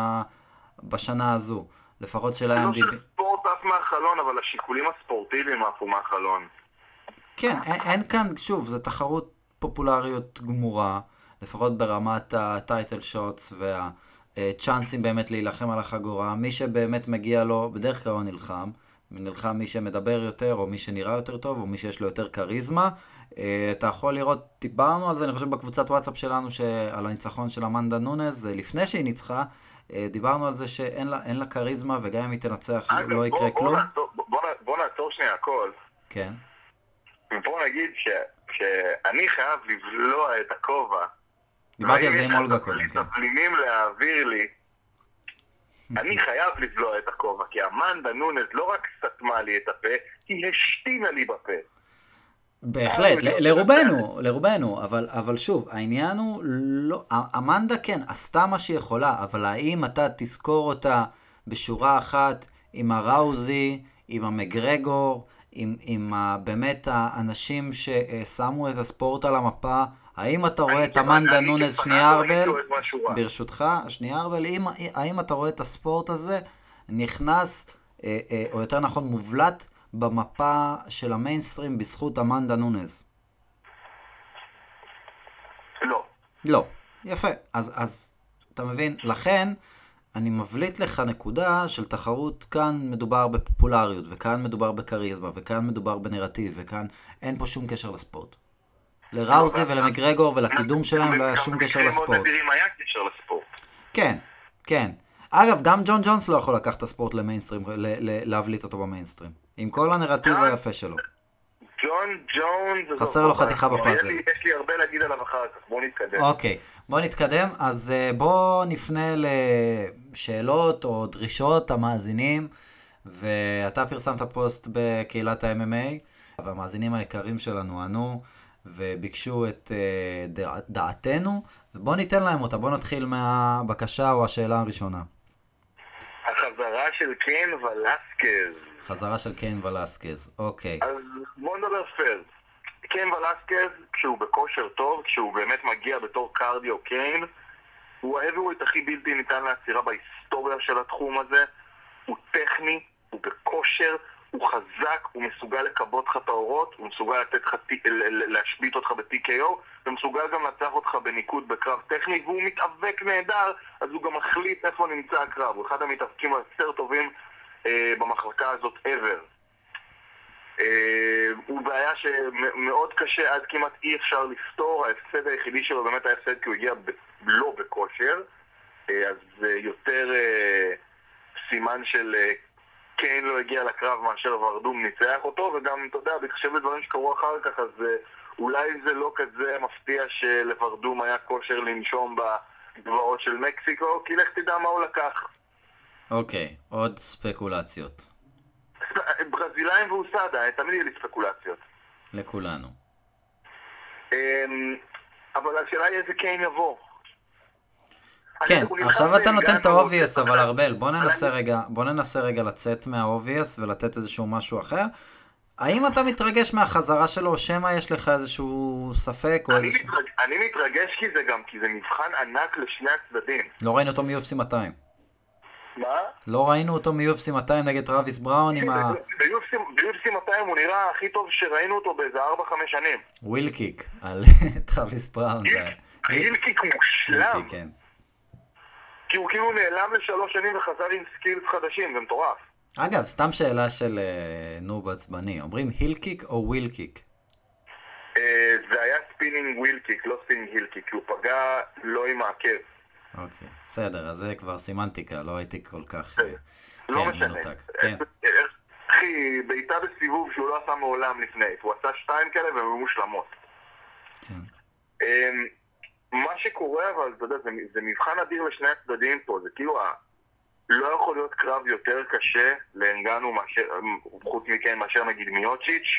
בשנה הזו, לפחות של ה-MDB. לא שספורט עף מהחלון, אבל השיקולים הספורטיביים עפו מהחלון. כן, אין כאן, שוב, זו תחרות פופולריות גמורה, לפחות ברמת הטייטל שוטס והצ'אנסים באמת להילחם על החגורה. מי שבאמת מגיע לו, בדרך כלל הוא נלחם מי שמדבר יותר, או מי שנראה יותר טוב, או מי שיש לו יותר קריזמה. אתה יכול לראות, דיברנו על זה, אני חושב בקבוצת וואטסאפ שלנו, על הניצחון של אמנדה נונז, לפני שהיא ניצחה, דיברנו על זה שאין לה קריזמה, וגם אם היא תנצח לא יקרה כלום. בוא נעצור שנייה הכל. כן. ובוא נגיד שאני חייב לבלוע את הכובע. דיברתי על זה עם אולגה קודם, כן. תבלינים להעביר לי אני חייב לבלוע את הכובע, כי אמנדה נונז לא רק סתמה לי את הפה, היא השתינה לי בפה. בהחלט, לרובנו, אבל שוב, העניין הוא, לא, אמנדה כן, עשתה מה שהיא יכולה, אבל האם אתה תזכור אותה בשורה אחת עם הראוזי, עם המגרגור, עם באמת האנשים ששמו את הספורט על המפה, האם אתה רואה את אמנדה נונז, שנייה ארבל, ברשותך, שנייה ארבל, האם אתה רואה את הספורט הזה נכנס, או יותר נכון מובלט, במפה של המיינסטרים בזכות אמנדה נונז? לא. לא. יפה. אז אתה מבין, לכן אני מבליט לך נקודה של תחרות, כאן מדובר בפופולריות, וכאן מדובר בקריזמה, וכאן מדובר בנרטיב, וכאן אין פה שום קשר לספורט. לראוזי ולמגרגור ולקידום שלהם לא היה שום קשר לספורט. מאוד נדירים היה קשר לספורט. כן, כן. אגב, גם ג'ון ג'ונס לא יכול לקחת את הספורט למיינסטרים, להבליט אותו במיינסטרים. עם כל הנרטיב היפה שלו. ג'ון ג'ונס... חסר לו חתיכה בפאזל. יש לי הרבה להגיד עליו אחר כך, בוא נתקדם. אוקיי, בוא נתקדם. אז בוא נפנה לשאלות או דרישות המאזינים, ואתה פרסמת פוסט בקהילת ה-MMA, והמאזינים היקרים שלנו ענו, וביקשו את דעתנו, ובוא ניתן להם אותה. בוא נתחיל מהבקשה או השאלה הראשונה. החזרה של קיין ולסקז. חזרה של קיין ולסקז, אוקיי. אז בוא נדבר פייר. קיין ולסקז, כשהוא בכושר טוב, כשהוא באמת מגיע בתור קרדיו קיין, הוא ההאביווייט הכי בלתי ניתן לעצירה בהיסטוריה של התחום הזה. הוא טכני, הוא בכושר, הוא חזק, הוא מסוגל לקבות לך את האורות, הוא מסוגל להשביט אותך ב-TKO, ומסוגל גם לנצח אותך בניקוד בקרב טכני, והוא מתאבק נהדר, אז הוא גם מחליט איפה נמצא הקרב. הוא אחד המתאבקים היותר טובים במחלקה הזאת ever. הוא בעיה שמאוד קשה, עד כמעט אי אפשר לפתור. ההפסד היחידי שלו באמת היה הפסד כי הוא הגיע לא בכושר, אז יותר סימן של קיין לא הגיע לקרב מאשר ורדום ניצח אותו, וגם, אתה יודע, בהתחשב בדברים שקרו אחר כך, אז אולי זה לא כזה מפתיע שלוורדום היה כושר לנשום בגבעות של מקסיקו, כי לך תדע מה הוא לקח. אוקיי, עוד ספקולציות. ברזילאים ואוסדה, תמיד יהיה לי ספקולציות. לכולנו. אבל השאלה היא איזה קיין יבוא. כן, עכשיו אתה נותן את האובייס, אבל ארבל, בוא ננסה רגע לצאת מהאובייס ולתת איזשהו משהו אחר. האם אתה מתרגש מהחזרה שלו, או שמה יש לך איזשהו ספק? אני מתרגש כי זה מבחן ענק לשני הצדדים. לא ראינו אותו מ-UFC 200. מה? לא ראינו אותו מ-UFC 200 נגד טרוויס בראון עם ה... ב-UFC 200 הוא נראה הכי טוב שראינו אותו באיזה 4-5 שנים. וויל קיק על טרוויס בראון. וויל קיק מושלם. כן. כי הוא כאילו נעלם ל3 שנים וחזר עם סקילס חדשים, זה מטורף. אגב, סתם שאלה של נוב עצבני, אומרים היל קיק או וויל קיק? זה היה ספינינג וויל קיק, לא ספינינג היל קיק, כי הוא פגע לא עם העקב. אוקיי, בסדר, אז זה כבר סימנטיקה, לא הייתי כל כך... לא משנה. אחי, בעיטה בסיבוב שהוא לא עשה מעולם לפני, הוא עשה 2 כאלה והן מושלמות. כן. מה שקורה, אבל אתה יודע, זה מבחן אדיר לשני הצדדים פה, זה כאילו לא יכול להיות קרב יותר קשה לאנגנו חוץ מכן מאשר נגיד מיוצ'יץ'.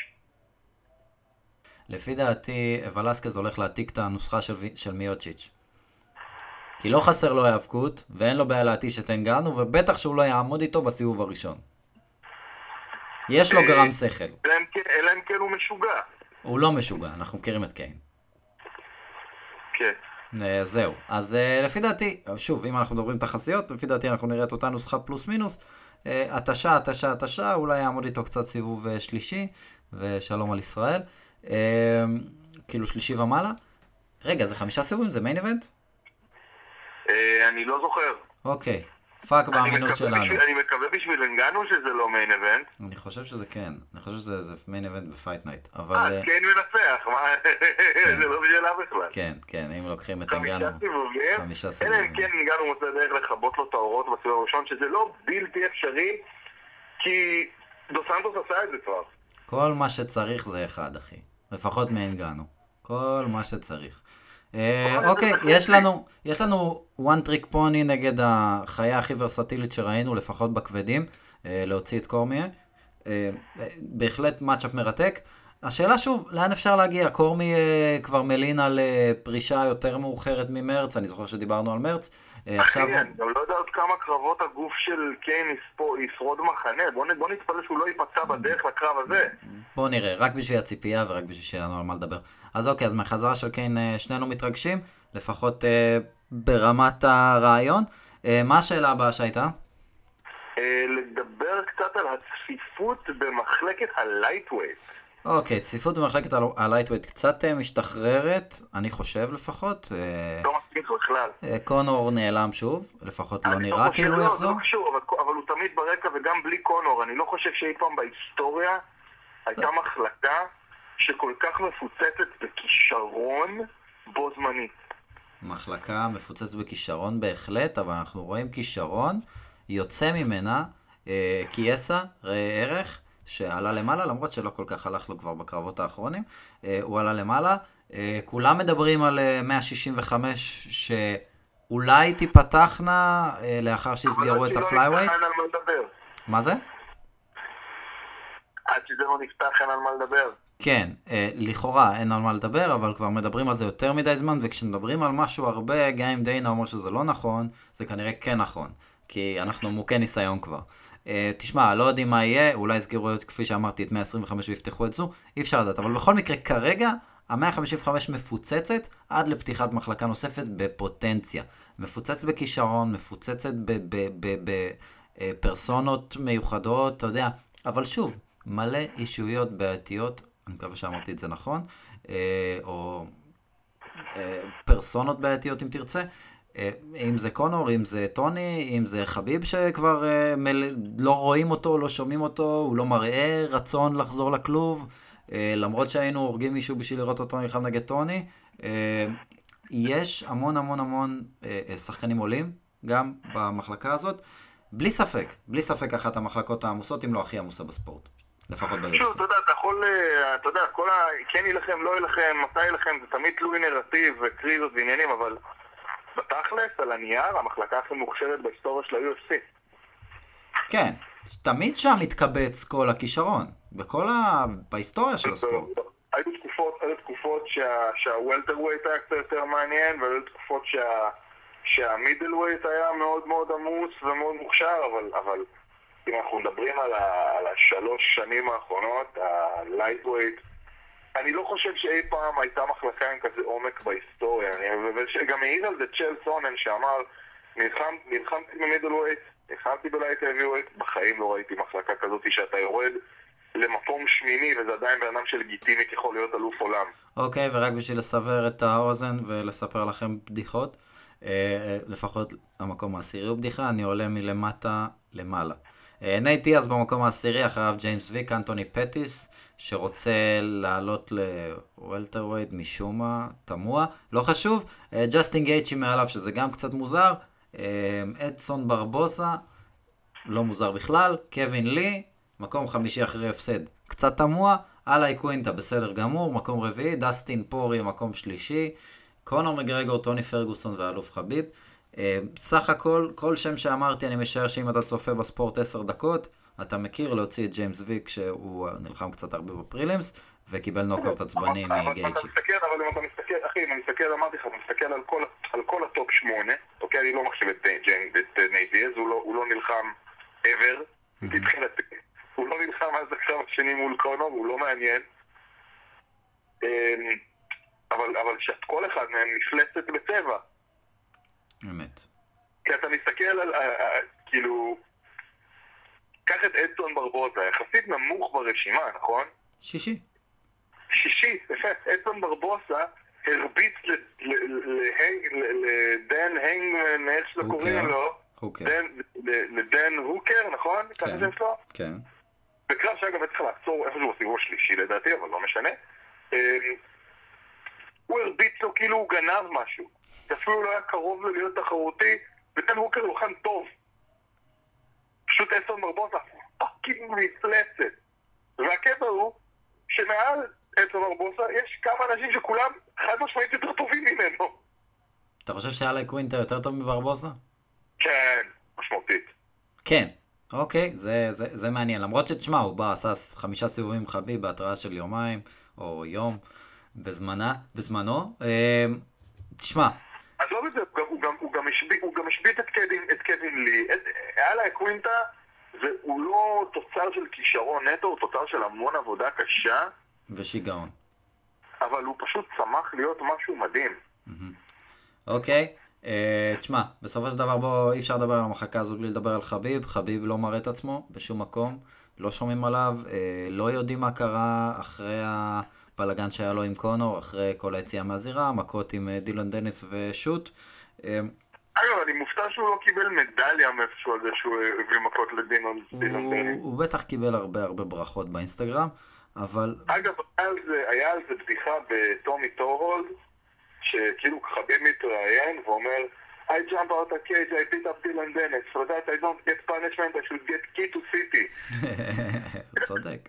לפי דעתי, ולסקז הולך להעתיק את הנוסחה של מיוצ'יץ'. כי לא חסר לו היאבקות, ואין לו בעיה להתיש את אנגנו, ובטח שהוא לא יעמוד איתו בסיבוב הראשון. יש לו גרם שכל. אלא אם כן הוא משוגע. הוא לא משוגע, אנחנו מכירים את קיין. כן. זהו. אז לפי דעתי, שוב, אם אנחנו מדברים תחסיות, לפי דעתי אנחנו נראה את אותה נוסחה פלוס מינוס. התשה, אולי יעמוד איתו קצת סיבוב שלישי, ושלום על ישראל. כאילו שלישי ומעלה. רגע, זה 5 סיבובים? זה מיין איבנט? אני לא זוכר. אוקיי. פאק באמינות שלנו. אני מקווה בשביל אנגנו שזה לא מיין איבנט. אני חושב שזה כן. אני חושב שזה מיין איבנט בפייט נייט. כן מנצח. זה לא בשאלה בכלל. כן, כן. אם לוקחים את אנגנו. 5 סיבובים. אלא אם כן אנגנו מוצא דרך לכבות לו את האורות בסיבוב הראשון, שזה לא בלתי אפשרי, כי דו סנטוס עשה את זה כבר. כל מה שצריך זה אחד, אחי. לפחות מאנגנו. כל מה שצריך. אוקיי, יש לנו one trick pony נגד החיה הכי ורסטילית שראינו, לפחות בכבדים, להוציא את קורמיה. בהחלט מאצ'אפ מרתק. השאלה שוב, לאן אפשר להגיע? קורמי כבר מלין על פרישה יותר מאוחרת ממרץ, אני זוכר שדיברנו על מרץ. אחי, אני גם לא יודע עוד כמה קרבות הגוף של קיין ישרוד מחנה. בוא נתפלל שהוא לא ייפצע בדרך לקרב הזה. בוא נראה, רק בשביל הציפייה ורק בשביל שיהיה לנו על מה לדבר. אז אוקיי, אז מהחזרה של קיין שנינו מתרגשים, לפחות ברמת הרעיון. מה השאלה הבאה שהייתה? לדבר קצת על הצפיפות במחלקת הלייטווייט. אוקיי, צפיפות במחלקת הלייטווייט קצת משתחררת, אני חושב לפחות. לא מספיק בכלל. קונור נעלם שוב, לפחות לא נראה כאילו הוא יחזור. לא קשור, אבל הוא תמיד ברקע וגם בלי קונור. אני לא חושב שאי פעם בהיסטוריה הייתה מחלקה שכל כך מפוצצת בכישרון בו זמנית. מחלקה מפוצצת בכישרון בהחלט, אבל אנחנו רואים כישרון יוצא ממנה קייסה, ראה ערך, שעלה למעלה, למרות שלא כל כך הלך לו כבר בקרבות האחרונים, הוא עלה למעלה. כולם מדברים על 165 שאולי תיפתחנה לאחר שיסגרו את הפלייווייט. מה זה? עד שזה לא נפתח אין על מה לדבר. כן, לכאורה אין על מה לדבר, אבל כבר מדברים על זה יותר מדי זמן, וכשמדברים על משהו הרבה, גם אם דיינה אומר שזה לא נכון, זה כנראה כן נכון, כי אנחנו מוכי ניסיון כבר. תשמע, לא יודעים מה יהיה, אולי יסגרו את, כפי שאמרתי, את 125 ויפתחו את זו, אי אפשר לדעת, אבל בכל מקרה, כרגע, ה-155 מפוצצת עד לפתיחת מחלקה נוספת בפוטנציה. מפוצץ בכישרון, מפוצצת בפרסונות מיוחדות, אתה יודע, אבל שוב, מלא אישויות בעייתיות, אני מקווה שאמרתי את זה נכון, או פרסונות בעייתיות אם תרצה, אם זה קונור, אם זה טוני, אם זה חביב שכבר לא רואים אותו, לא שומעים אותו, הוא לא מראה רצון לחזור לכלוב, למרות שהיינו הורגים מישהו בשביל לראות אותו נלחם נגד טוני. יש המון המון המון שחקנים עולים גם במחלקה הזאת, בלי ספק אחת המחלקות העמוסות, אם לא הכי עמוסה בספורט. לפחות ביוסי. שוב, אתה יודע, כן ילחם, לא ילחם, מתי ילחם, זה תמיד תלוי נרטיב וקריזות ועניינים, אבל בתכלס, על הנייר, המחלקה הכי מוכשרת בהיסטוריה של ה-UFC. כן, תמיד שם מתקבץ כל הכישרון, בהיסטוריה של הספורט. היו תקופות שהוולטרווייט היה קצת יותר מעניין, והיו תקופות שהמידלווייט היה מאוד מאוד עמוס ומאוד מוכשר, אבל אם אנחנו מדברים על השלוש שנים האחרונות, הלייטווייט, אני לא חושב שאי פעם הייתה מחלקה עם כזה עומק בהיסטוריה, וגם העיר על זה צ'ל סונן שאמר, נלחמתי במידלווייט, נלחמתי בלייט האביווייט, בחיים לא ראיתי מחלקה כזאת שאתה יורד למקום שמיני, וזה עדיין בן אדם שלגיטימית יכול להיות אלוף עולם. אוקיי, ורק בשביל לסבר את האוזן ולספר לכם בדיחות, לפחות המקום העשירי הוא בדיחה, אני עולה מלמטה למעלה. נייט דיאז במקום העשירי, אחריו ג'יימס ויק, אנטוני פטיס, שרוצה לעלות לוולטרווייט משום מה, תמוה, לא חשוב. ג'סטין גייצ'י מעליו, שזה גם קצת מוזר. אדסון ברבוסה, לא מוזר בכלל. קווין לי, מקום חמישי אחרי הפסד, קצת תמוה. אלאי קווינטה, בסדר גמור, מקום רביעי. דסטין פורי, מקום שלישי. קונור מגרגור, טוני פרגוסון ואלוף חביב. סך הכל, כל שם שאמרתי, אני משער שאם אתה צופה בספורט 10 דקות, אתה מכיר להוציא את ג'יימס ויק, שהוא נלחם קצת הרבה בפרילימס, וקיבל נוקאוט עצבני מגייצ'י. אבל אם אתה מסתכל, אחי, אם אני מסתכל, אמרתי לך, אני מסתכל על כל הטופ 8, אוקיי, אני לא מחשיב את נייט דיאז, הוא לא נלחם ever, הוא לא נלחם אז עכשיו השני מול קונור, הוא לא מעניין, אבל שכל אחד מהם נפלצת בצבע. אמת. כי אתה מסתכל על, כאילו, קח את אדסון ברבוסה, יחסית נמוך ברשימה, נכון? שישי, יפה. אדסון ברבוסה הרביץ לדן הנגמן, איך שלא קוראים לו? לדן הוקר, נכון? ככה זה שלו? כן. בקרב שאגב צריך לעצור איפשהו בסיבוב השלישי לדעתי, אבל לא משנה. הוא הרביץ לו כאילו הוא גנב משהו. אפילו לא היה קרוב לו להיות תחרותי, ודן הוקר לוחם טוב. פשוט אדסון ברבוסה פאקינג מפלצת. והקטע הוא שמעל אדסון ברבוסה, יש כמה אנשים שכולם חד משמעית יותר טובים ממנו. אתה חושב שאלי קווינטה יותר טוב מברבוסה? כן, משמעותית. כן. אוקיי, זה מעניין. למרות שתשמע, הוא בא, עשה 5 סיבובים חביב בהתראה של יומיים, או יום, בזמנו. תשמע. אז לא בזה, הוא גם השביט את קווין לי. אלי קווינטה, הוא לא תוצר של כישרון נטו, הוא תוצר של המון עבודה קשה. ושיגעון. אבל הוא פשוט צמח להיות משהו מדהים. אוקיי. תשמע, בסופו של דבר בוא, אי אפשר לדבר על המחלקה הזאת בלי לדבר על חביב. חביב לא מראה את עצמו בשום מקום, לא שומעים עליו, לא יודעים מה קרה אחרי הבלגן שהיה לו עם קונור, אחרי כל היציאה מהזירה, מכות עם דילן דניס ושוט. אגב, אני מופתע שהוא לא קיבל מדליה מאיפשהו על זה שהוא הביא מכות לדילן דניס. הוא בטח קיבל הרבה ברכות באינסטגרם, אבל... אגב, היה על זה בדיחה בטומי טורולד, שכאילו חביב מתראיין ואומר I jump out of cage, I beat up Dylan Dennis, for that I don't get punishment, I should get key to city. הוא צודק.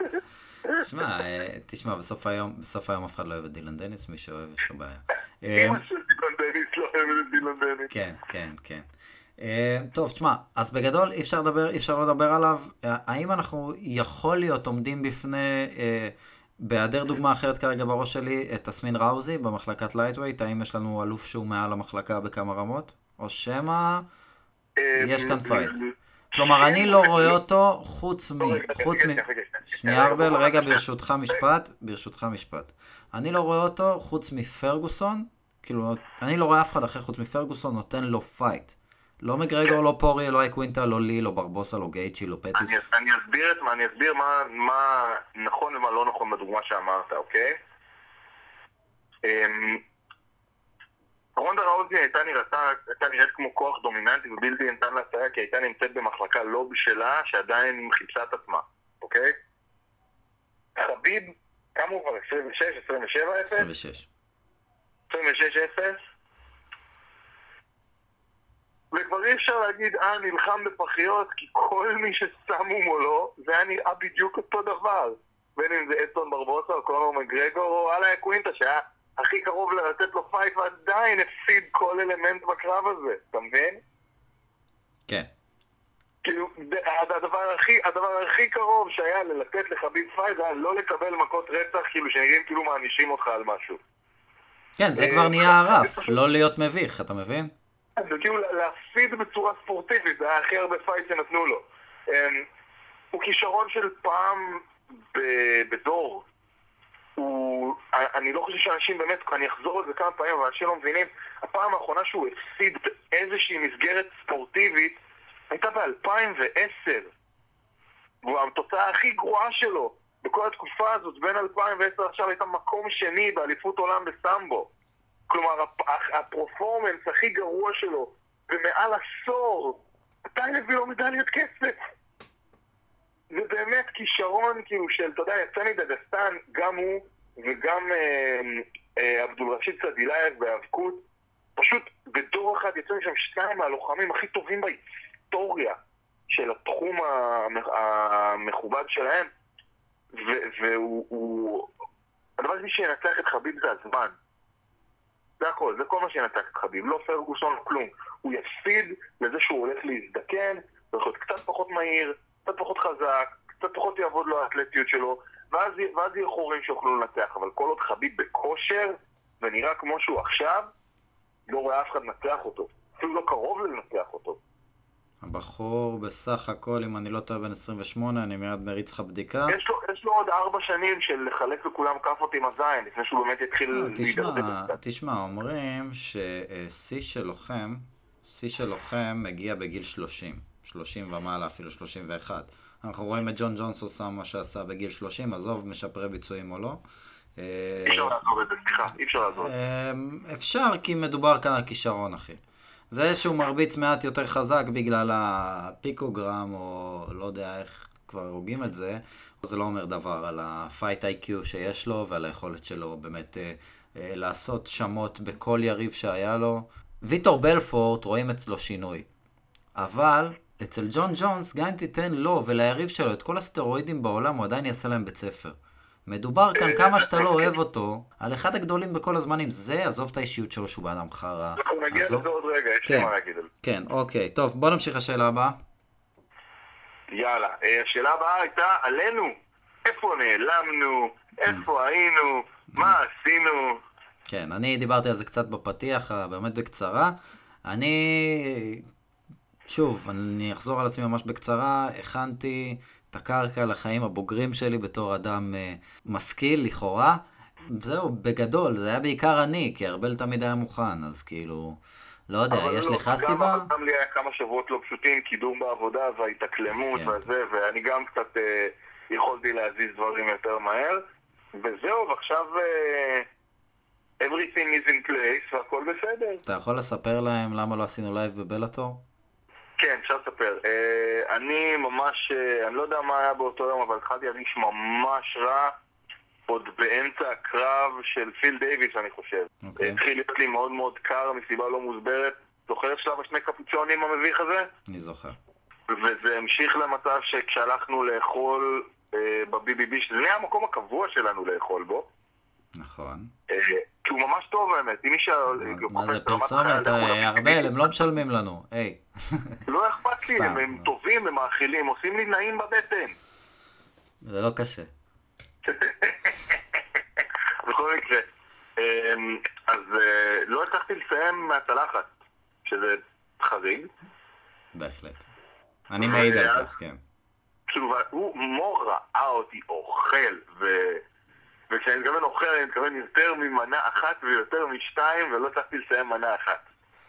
תשמע, בסוף היום אף אחד לא אוהב את דילן דניס, מי שאוהב יש לו בעיה. אמא של דילן דניס לא אוהב את דילן דניס. כן. טוב, תשמע, אז בגדול אי אפשר לא לדבר עליו. האם אנחנו יכול להיות עומדים בפני... בהיעדר דוגמה אחרת כרגע בראש שלי, את תסמין ראוזי במחלקת לייטווייט, האם יש לנו אלוף שהוא מעל המחלקה בכמה רמות? או שמה יש כאן פייט? כלומר, אני לא רואה אותו חוץ מ... שנייה ארבל, רגע ברשותך משפט. אני לא רואה אותו חוץ מפרגוסון, כאילו, אני לא רואה אף אחד אחר חוץ מפרגוסון נותן לו פייט. לא מגרגור, לא פורי, לא אקווינטה, לא לי, לא ברבוסה, לא גייצ'י, לא פטיס. אני אסביר מה נכון ומה לא נכון בדוגמה שאמרת, אוקיי? רונדה ראוזי הייתה נראית כמו כוח דומיננטי ובלתי ניתן להצעה, כי הייתה נמצאת במחלקה לא בשלה שעדיין חיפשה את עצמה, אוקיי? חביב, כמה הוא כבר? 26, 27, 26. 26, 0? וכבר אי אפשר להגיד, נלחם בפחיות, כי כל מי ששמו מולו, זה היה נראה בדיוק אותו דבר. בין אם זה אדסון ברבוסה או קונור מגרגור או אלי קווינטה, שהיה הכי קרוב לתת לו פייט ועדיין הפסיד כל אלמנט בקרב הזה, אתה מבין? כן. כאילו, הדבר הכי קרוב שהיה לתת לחביב פייט, זה היה לא לקבל מכות רצח, כאילו שנראים כאילו מענישים אותך על משהו. כן, זה כבר נהיה הרף, לא להיות מביך, אתה מבין? זה כאילו להפסיד בצורה ספורטיבית, זה היה הכי הרבה פייט שנתנו לו. הוא כישרון של פעם בדור. אני לא חושב שאנשים באמת, אני אחזור על זה כמה פעמים, אבל אנשים לא מבינים, הפעם האחרונה שהוא הפסיד באיזושהי מסגרת ספורטיבית, הייתה ב-2010. והתוצאה הכי גרועה שלו, בכל התקופה הזאת, בין 2010 עכשיו הייתה מקום שני באליפות עולם בסמבו. כלומר, הפרפורמנס הכי גרוע שלו, במעל עשור, עדיין הביא לו מדליית כסף. זה באמת כישרון, כאילו, של, אתה יודע, יצאני דגסטן, גם הוא וגם עבדול רשיד צדילייב בהיאבקות, פשוט בדור אחד יצאו שם 2 מהלוחמים הכי טובים בהיסטוריה של התחום המכובד שלהם, והוא... הדבר הזה שינצח את חביב זה הזמן. זה הכל, זה כל מה שינצח את חביב, לא פרגוסון, כלום. הוא יפסיד לזה שהוא הולך להזדקן, זה יכול להיות קצת פחות מהיר, קצת פחות חזק, קצת פחות יעבוד לו האתלטיות שלו, ואז יהיה חורים שיוכלו לנצח, אבל כל עוד חביב בכושר, ונראה כמו שהוא עכשיו, לא רואה אף אחד לנצח אותו. אפילו לא קרוב לנצח אותו. הבחור בסך הכל, אם אני לא טועה בן 28, אני מיד מריץ לך בדיקה. יש לו עוד 4 שנים של לחלק לכולם כאפות עם הזין, לפני שהוא באמת יתחיל להידרדר. תשמע, אומרים ששיא של לוחם מגיע בגיל 30 ומעלה, אפילו 31. אנחנו רואים את ג'ון ג'ונס עושה מה שעשה בגיל 30, עזוב משפרי ביצועים או לא. אי אפשר לעזוב את זה, סליחה, אי אפשר לעזוב. אפשר, כי מדובר כאן על כישרון, אחי. זה שהוא מרביץ מעט יותר חזק בגלל הפיקוגרם, או לא יודע איך כבר הוגים את זה, זה לא אומר דבר על ה-fight IQ שיש לו, ועל היכולת שלו באמת לעשות שמות בכל יריב שהיה לו. ויטור בלפורט רואים אצלו שינוי. אבל אצל ג'ון ג'ונס, גם אם תיתן לו וליריב שלו את כל הסטרואידים בעולם, הוא עדיין יעשה להם בית ספר. מדובר כאן כמה שאתה לא אוהב אותו, על אחד הגדולים בכל הזמנים. זה, עזוב את האישיות שלו שהוא באדם חרא. אנחנו נגיע לזה עוד רגע, יש לי מה להגיד על זה. כן, אוקיי. טוב, בוא נמשיך השאלה הבאה. יאללה, השאלה הבאה הייתה עלינו. איפה נעלמנו? איפה היינו? מה עשינו? כן, אני דיברתי על זה קצת בפתיח, באמת בקצרה. שוב, אני אחזור על עצמי ממש בקצרה, הכנתי את הקרקע לחיים הבוגרים שלי בתור אדם משכיל, לכאורה. זהו, בגדול, זה היה בעיקר אני, כי ארבל תמיד היה מוכן, אז כאילו, לא יודע, יש לך סיבה? גם לי היה כמה שבועות לא פשוטים, קידום בעבודה וההתאקלמות וזה, ואני גם קצת יכולתי להזיז דברים יותר מהר, וזהו, ועכשיו everything is in place והכל בסדר. אתה יכול לספר להם למה לא עשינו לייב בבלאטור? כן, אפשר לספר. אני ממש, אני לא יודע מה היה באותו יום, אבל התחלתי להרגיש ממש רע, עוד באמצע הקרב של פיל דייביס, אני חושב. התחיל להיות לי מאוד מאוד קר, מסיבה לא מוסברת. זוכר את שלב השני קפוצ'ונים המביך הזה? אני זוכר. וזה המשיך למצב שכשהלכנו לאכול ב-BBB, שזה נהיה המקום הקבוע שלנו לאכול בו. נכון. כי הוא ממש טוב האמת. מה זה פרסומת? ארבל, הם לא משלמים לנו. היי. לא אכפת לי, הם טובים, הם מאכילים, עושים לי נעים בבטן. זה לא קשה. בכל מקרה, אז לא הצלחתי לסיים מהצלחת, שזה חריג. בהחלט. אני מעיד על כך, כן. כאילו, הוא מור ראה אותי אוכל, וכשאני מתכוון אוכל, אני מתכוון יותר ממנה אחת ויותר משתיים, ולא הצלחתי לסיים מנה אחת.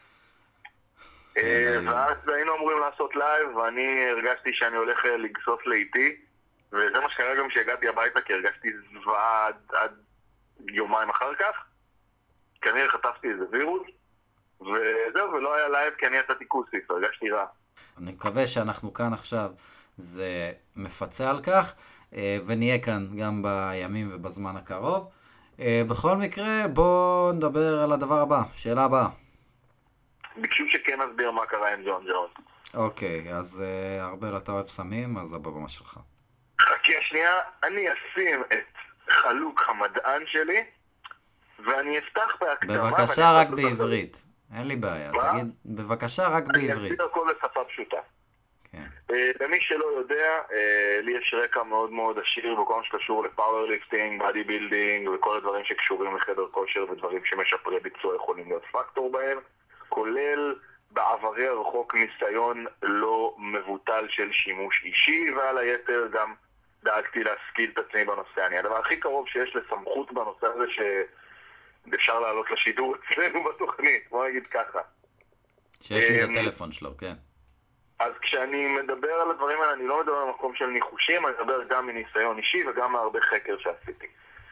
ואז היינו אמורים לעשות לייב, ואני הרגשתי שאני הולך לגסוס לאיטי, וזה מה שקרה גם כשהגעתי הביתה, כי הרגשתי זוועה עד יומיים אחר כך. כנראה חטפתי איזה וירוס, וזהו, ולא היה לייב כי אני יצאתי כוסית, הרגשתי רע. אני מקווה שאנחנו כאן עכשיו, זה מפצה על כך, ונהיה כאן גם בימים ובזמן הקרוב. בכל מקרה, בואו נדבר על הדבר הבא, שאלה הבאה. ביקשו שכן נסביר מה קרה עם ג'ון ג'ונס. אוקיי, אז ארבל, אתה אוהב סמים, אז הבמה שלך. חכי השנייה, אני אשים את חלוק המדען שלי, ואני אפתח בהקדמה... בבקשה רק בעברית. אין לי בעיה, תגיד, בבקשה רק בעברית. אני אסביר הכל בשפה פשוטה. למי שלא יודע, לי יש רקע מאוד מאוד עשיר בכל מה שקשור לפאוורליפטינג, בדי בילדינג וכל הדברים שקשורים לחדר כושר ודברים שמשפרי ביצוע יכולים להיות פקטור בהם, כולל בעברי הרחוק ניסיון לא מבוטל של שימוש אישי, ועל היתר גם דאגתי להשכיל את עצמי בנושא. הדבר הכי קרוב שיש לסמכות בנושא הזה שאפשר לעלות לשידור אצלנו בתוכנית, בוא נגיד ככה. שיש לי את הטלפון שלו, כן. אז כשאני מדבר על הדברים האלה, אני לא מדבר במקום של ניחושים, אני מדבר גם מניסיון אישי וגם מהרבה חקר שעשיתי.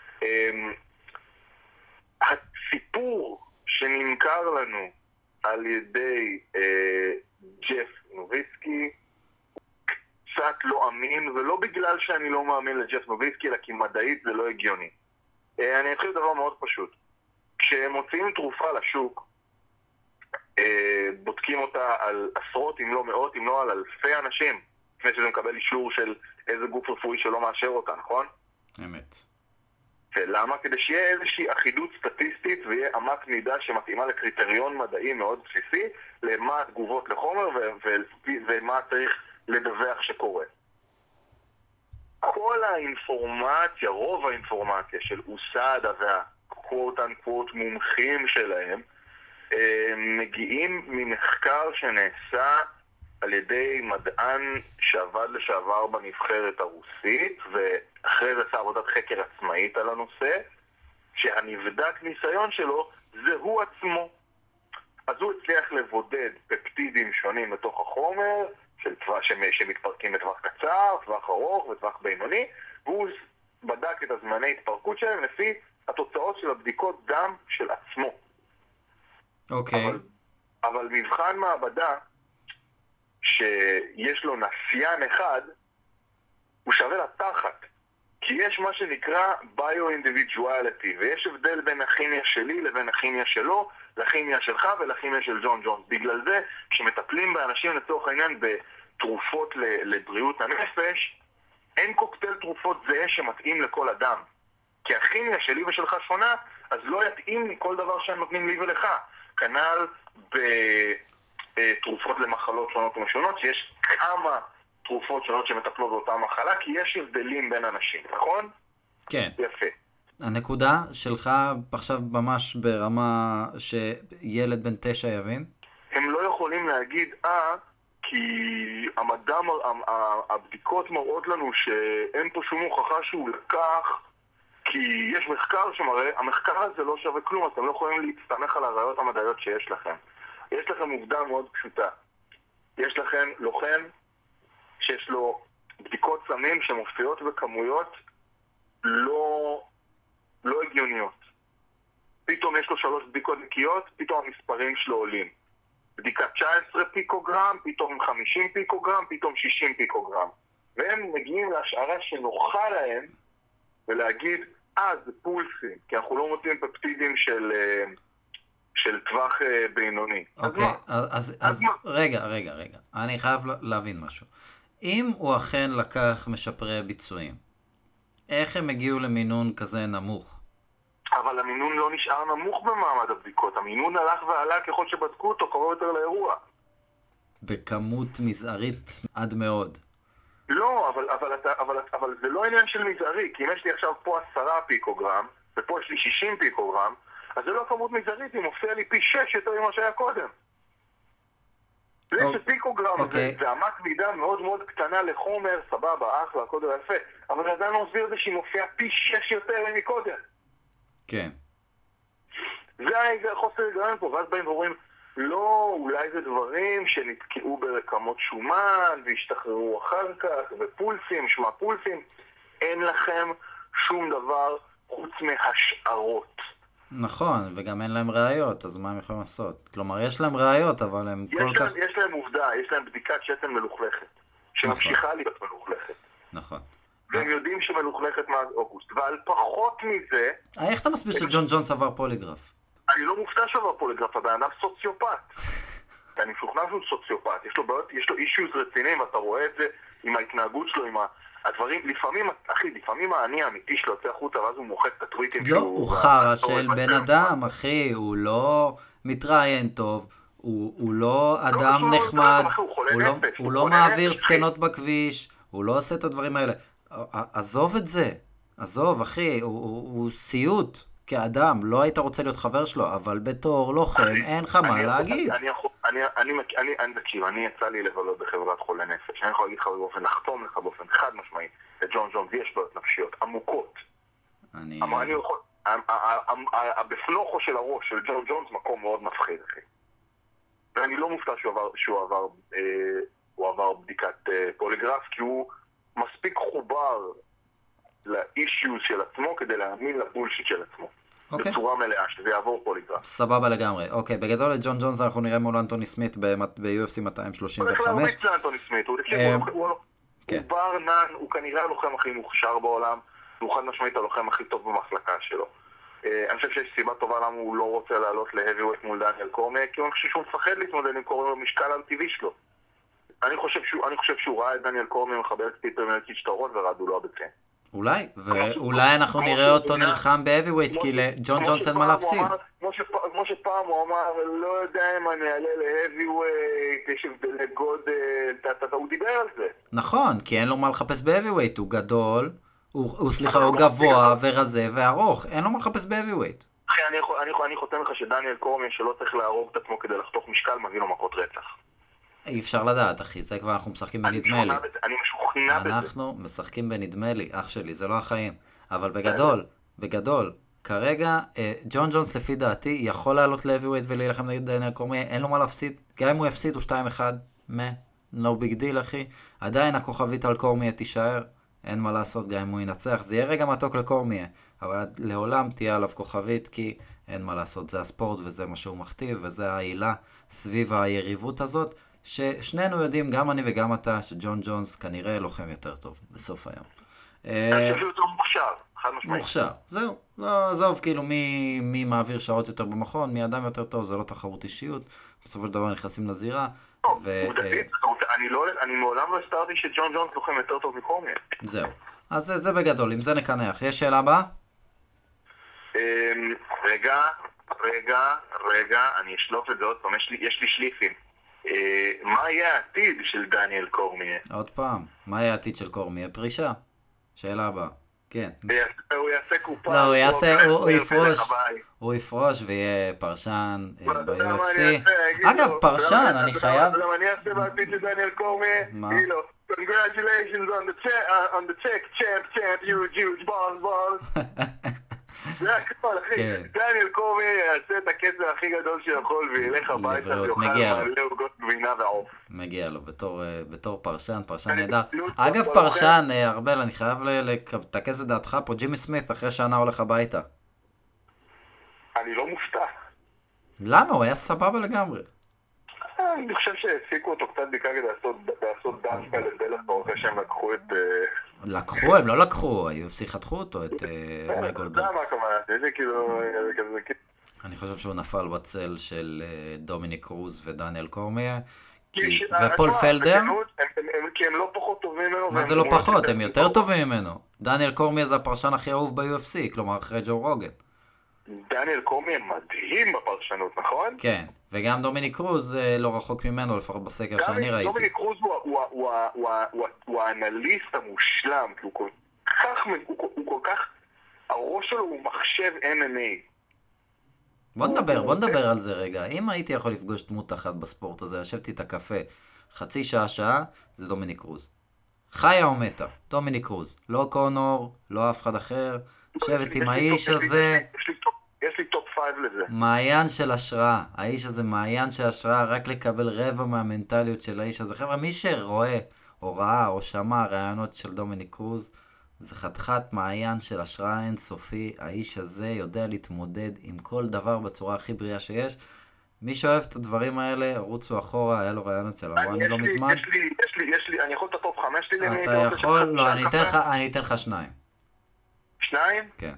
הסיפור שנמכר לנו על ידי ג'ף נוביסקי קצת לא אמין, ולא בגלל שאני לא מאמין לג'ף נוביסקי, אלא כי מדעית זה לא הגיוני. אני אתחיל דבר מאוד פשוט. כשמוציאים תרופה לשוק, בודקים אותה על עשרות, אם לא מאות, אם לא על אלפי אנשים, לפני שזה מקבל אישור של איזה גוף רפואי שלא מאשר אותה, נכון? אמת. ולמה? כדי שיהיה איזושהי אחידות סטטיסטית ויהיה אמת מידה שמתאימה לקריטריון מדעי מאוד בסיסי, למה התגובות לחומר ומה צריך לדווח שקורה. כל האינפורמציה, רוב האינפורמציה של אוסדה והקוואט אנקוואט מומחים שלהם, מגיעים ממחקר שנעשה על ידי מדען שעבד לשעבר בנבחרת הרוסית, ואחרי זה עשה עבודת חקר עצמאית על הנושא, שהנבדק ניסיון שלו זה הוא עצמו. אז הוא הצליח לבודד פפטידים שונים בתוך החומר, שמתפרקים בטווח קצר, טווח ארוך וטווח בינוני, והוא בדק את הזמני התפרקות שלהם לפי התוצאות של הבדיקות דם של עצמו. אוקיי. אבל מבחן מעבדה שיש לו נסיין אחד, הוא שווה לתחת. כי יש מה שנקרא ביו-אינדיבידואליטי, ויש הבדל בין הכימיה שלי לבין הכימיה שלו, לכימיה שלך ולכימיה של ג'ון ג'ונס. בגלל זה, כשמטפלים באנשים לצורך העניין בתרופות לבריאות הנפש, אין קוקטייל תרופות זהה שמתאים לכל אדם. כי הכימיה שלי ושלך שונה, אז לא יתאים לי כל דבר שהם נותנים לי ולך. כנ"ל בתרופות למחלות שונות ומשונות, שיש כמה תרופות שונות שמטפלות באותה מחלה, כי יש הבדלים בין אנשים, נכון? כן. יפה. הנקודה שלך עכשיו ממש ברמה שילד בן 9 יבין? הם לא יכולים להגיד, כי הבדיקות מראות לנו שאין פה שום הוכחה שהוא לקח, כי יש מחקר שמראה, המחקר הזה לא שווה כלום, אתם לא יכולים להסתמך על הראיות המדעיות שיש לכם. יש לכם עובדה מאוד פשוטה. יש לכם לוחם שיש לו בדיקות סמים שמופיעות בכמויות לא הגיוניות. פתאום יש לו 3 בדיקות נקיות, פתאום המספרים שלו עולים. בדיקה 19 פיקוגרם, פתאום 50 פיקוגרם, פתאום 60 פיקוגרם. והם מגיעים להשערה שנוחה להם ולהגיד, זה פולסים, כי אנחנו לא מוצאים פפטידים של טווח בינוני. אוקיי, אז רגע. אני חייב להבין משהו. אם הוא אכן לקח משפרי ביצועים, איך הם הגיעו למינון כזה נמוך? אבל המינון לא נשאר נמוך במעמד הבדיקות. המינון הלך ועלה ככל שבדקו אותו, קרוב יותר לאירוע. בכמות מזערית עד מאוד. לא, אבל זה לא עניין של מזערי, כי אם יש לי עכשיו פה 10 פיקוגרם, ופה יש לי 60 פיקוגרם, אז זה לא כמות מזערית, היא מופיע לי פי 6 יותר ממה שהיה קודם. זה שפיקוגרם זה אמת מידה מאוד מאוד קטנה לחומר, סבבה, אחלה, קודם יפה, אבל זה עדיין לא מסביר את זה שהיא מופיעה פי 6 יותר מקודם. כן. זה חוסר היגיון פה, ואז באים ואומרים, לא, אולי זה דברים שנתקעו ברקמות שומן והשתחררו אחר כך, ופולסים, שמה פולסים, אין לכם שום דבר חוץ מהשערות. נכון, וגם אין להם ראיות, אז מה הם יכולים לעשות? כלומר, יש להם ראיות, אבל הם כל כך... יש להם עובדה, יש להם בדיקת שתן מלוכלכת, שממשיכה להיות מלוכלכת. נכון. והם יודעים שמלוכלכת מאז אוגוסט, ועל פחות מזה... איך אתה מסביר שג'ון ג'ונס עבר פוליגרף? אני לא מופתע שעבר פוליגרף, הבן אדם סוציופט. אני משוכנע שהוא סוציופט, יש לו בעיות, יש לו אישיוז רציניים, ואתה רואה את זה עם ההתנהגות שלו, עם הדברים, לפעמים האני האמיתי שלו יוצא החוצה, ואז הוא מוחק את הטוויטים לא, הוא חרא של בן אדם, אחי, הוא לא מתראיין טוב, הוא לא אדם נחמד, הוא לא מעביר סקנות בכביש, הוא לא עושה את הדברים האלה. עזוב את זה, עזוב, אחי, הוא סיוט כאדם, לא היית רוצה להיות חבר שלו, אבל בתור לוחם אין לך מה להגיד. אני יצא לי לבלות בחברת חולה נפש, אני יכול להגיד לך לחתום לך באופן חד משמעי, לג'ון ג'ונס יש בעיות נפשיות עמוקות. בפנוחו של הראש של ג'ון ג'ונס מקום מאוד מפחיד, אחי. ואני לא מופתע שהוא עבר בדיקת פוליגרף, כי הוא מספיק חובר לאישיוז של עצמו כדי להאמין לבולשיט של עצמו. בצורה מלאה, שזה יעבור פוליגרף. סבבה לגמרי. אוקיי, בגדול את ג'ון ג'ונס אנחנו נראה מול אנטוני סמית ב-UFC 235. הוא הולך להרביץ לאנטוני סמית, הוא בר נן, הוא כנראה הלוחם הכי מוכשר בעולם, הוא חד משמעית הלוחם הכי טוב במחלקה שלו. אני חושב שיש סיבה טובה למה הוא לא רוצה לעלות להאביווייט מול דניאל קורמיה, כי אני חושב שהוא מפחד להתמודד עם קורמיה במשקל על-טבעי שלו. אני חושב שהוא ראה את דניאל קורמיה מחבר את פיטר מרקיץ' טרון ורדו לו הבצן. אולי, ואולי אנחנו נראה אותו נלחם בהאביווייט, כי לג'ון ג'ונס אין מה להפסיד. כמו שפעם הוא אמר, לא יודע אם אני אעלה להאביווייט, יש הבדלי גודל, הוא דיבר על זה. נכון, כי אין לו מה לחפש בהאביווייט, הוא גדול, הוא גבוה ורזה וארוך, אין לו מה לחפש בהאביווייט. אחי, אני חותם לך שדניאל קורמיה שלא צריך להרוג את עצמו כדי לחתוך משקל, מביא לו מכות רצח. אי אפשר לדעת, אחי, זה כבר אנחנו משחקים בנדמה לי. אני משוכנע בזה. אנחנו משחקים בנדמה לי, אח שלי, זה לא החיים. אבל בגדול, כרגע, ג'ון ג'ונס לפי דעתי יכול לעלות להאביווייט ולהילחם נגד דניאל קורמיה, אין לו מה להפסיד. גם אם הוא יפסיד הוא 2-1, no big deal, אחי. עדיין הכוכבית על קורמיה תישאר, אין מה לעשות, גם אם הוא ינצח. זה יהיה רגע מתוק לקורמיה, אבל לעולם תהיה עליו כוכבית, כי אין מה לעשות, זה הספורט וזה מה שהוא מכתיב, וזה העילה סביב היריבות הזאת. ששנינו יודעים, גם אני וגם אתה, שג'ון ג'ונס כנראה לוחם יותר טוב בסוף היום. אני חושב יותר מוכשר, חד משמעית. מוכשר, זהו. לא, עזוב, כאילו מי מעביר שעות יותר במכון, מי אדם יותר טוב, זה לא תחרות אישיות. בסופו של דבר נכנסים לזירה. אני מעולם לא הסתרתי שג'ון ג'ונס לוחם יותר טוב מקורמיה. זהו. אז זה בגדול, אם זה נקנח. יש שאלה הבאה? רגע, אני אשלוף את זה עוד פעם, יש לי שליפים. מה יהיה העתיד של דניאל קורמיה? עוד פעם, מה יהיה העתיד של קורמיה? פרישה? שאלה הבאה. כן. הוא יעשה קופה. לא, הוא יפרוש ויהיה פרשן ב-UFC. אגב, פרשן, אני חייב... אתה יודע מה אני אעשה בעתיד של דניאל קורמיה? מה? Congratulations on the check, champ, huge, boss. זה הכל, אחי. דניאל קורמי יעשה את הכסף הכי גדול שיכול וילך הביתה ויוכל מעלה עוגות גבינה ועוף. מגיע לו בתור פרשן נהדר. אגב, פרשן, ארבל, אני חייב לתקס את דעתך פה, ג'ימי סמית אחרי שנה הולך הביתה. אני לא מופתע. למה? הוא היה סבבה לגמרי. אני חושב שהפסיקו אותו קצת בעיקר כדי לעשות דווקא לבלאטור אחרי שהם לקחו את... לקחו? הם לא לקחו, UFC חתכו אותו, את מייק גולדברג. זה מה הכוונה, זה כאילו... אני חושב שהוא נפל בצל של דומיניק קרוז ודניאל קורמיה, ופול פלדר. כי הם לא פחות טובים ממנו. מה זה לא פחות? הם יותר טובים ממנו. דניאל קורמיה זה הפרשן הכי אהוב ב-UFC, כלומר אחרי ג'ו רוגן. דניאל קורמיה מדהים בפרשנות, נכון? כן, וגם דומיניק קרוז לא רחוק ממנו, לפחות בסקר שאני ראיתי. דומיניק קרוז הוא האנליסט המושלם, כי הוא כל כך, הראש שלו הוא מחשב MMA. בוא נדבר על זה רגע. אם הייתי יכול לפגוש דמות אחת בספורט הזה, ישבתי את הקפה חצי שעה, זה דומיניק קרוז. חיה או מתה, דומיניק קרוז. לא קונור, לא אף אחד אחר. יושבת עם האיש הזה. יש לי טופ 5 לזה. מעיין של השראה. האיש הזה מעיין של השראה, רק לקבל רבע מהמנטליות של האיש הזה. חבר'ה, מי שרואה או ראה או שמע רעיונות של דומיניק קרוז, זה חתיכת מעיין של השראה אינסופי. האיש הזה יודע להתמודד עם כל דבר בצורה הכי בריאה שיש. מי שאוהב את הדברים האלה, רוצו אחורה, היה לו רעיונות של הרוואני לא מזמן. יש לי, אני יכול את הטופ 5 שלי? אתה יכול? לא, אני אתן לך 2. 2? כן.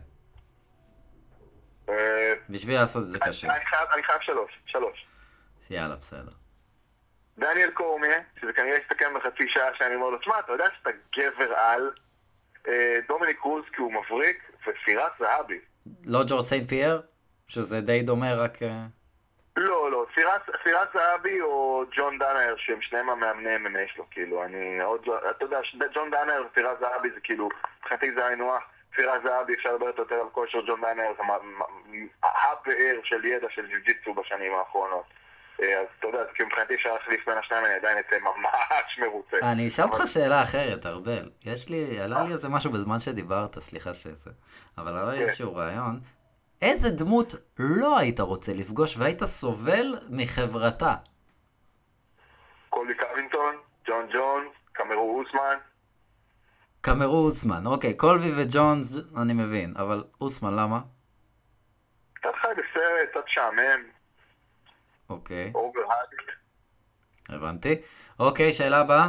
בשביל לעשות את זה קשה. אני חייב 3. יאללה, בסדר. דניאל קורמיה, שזה כנראה יסתכם בחצי שעה שאני אומר לו, תשמע, אתה יודע שאתה גבר על דומיניק קרוז כי הוא מבריק, ופירס זהבי. לא ג'ורג' סיינט פייר? שזה די דומה רק... לא, פירס זהבי או ג'ון דאנר, שהם שניהם המאמני MMA שלו, כאילו, אתה יודע, ג'ון דאנר ופירס זהבי זה כאילו, מבחינתי זה היינו אח. פירס זהבי אפשר לדבר יותר על כושר, ג'ון דאנר זה הבאר של ידע של ג'יוג'יטסו בשנים האחרונות. אז אתה יודע, כי מבחינתי אפשר להחליף בין השניים, אני עדיין אצא ממש מרוצה. אני אשאל אותך שאלה אחרת, ארבל. עלה לי איזה משהו בזמן שדיברת, סליחה שזה. אבל עלה לי איזשהו רעיון. איזה דמות לא היית רוצה לפגוש והיית סובל מחברתה? קולי קווינגטון, ג'ון ג'ונס, קמרו אוסמן. קמרו אוסמן, אוקיי. קולבי וג'ונס, אני מבין. אבל אוסמן, למה? קצת חי בסרט, קצת שעמם. אוקיי. אוברהייפט. הבנתי. אוקיי, שאלה הבאה.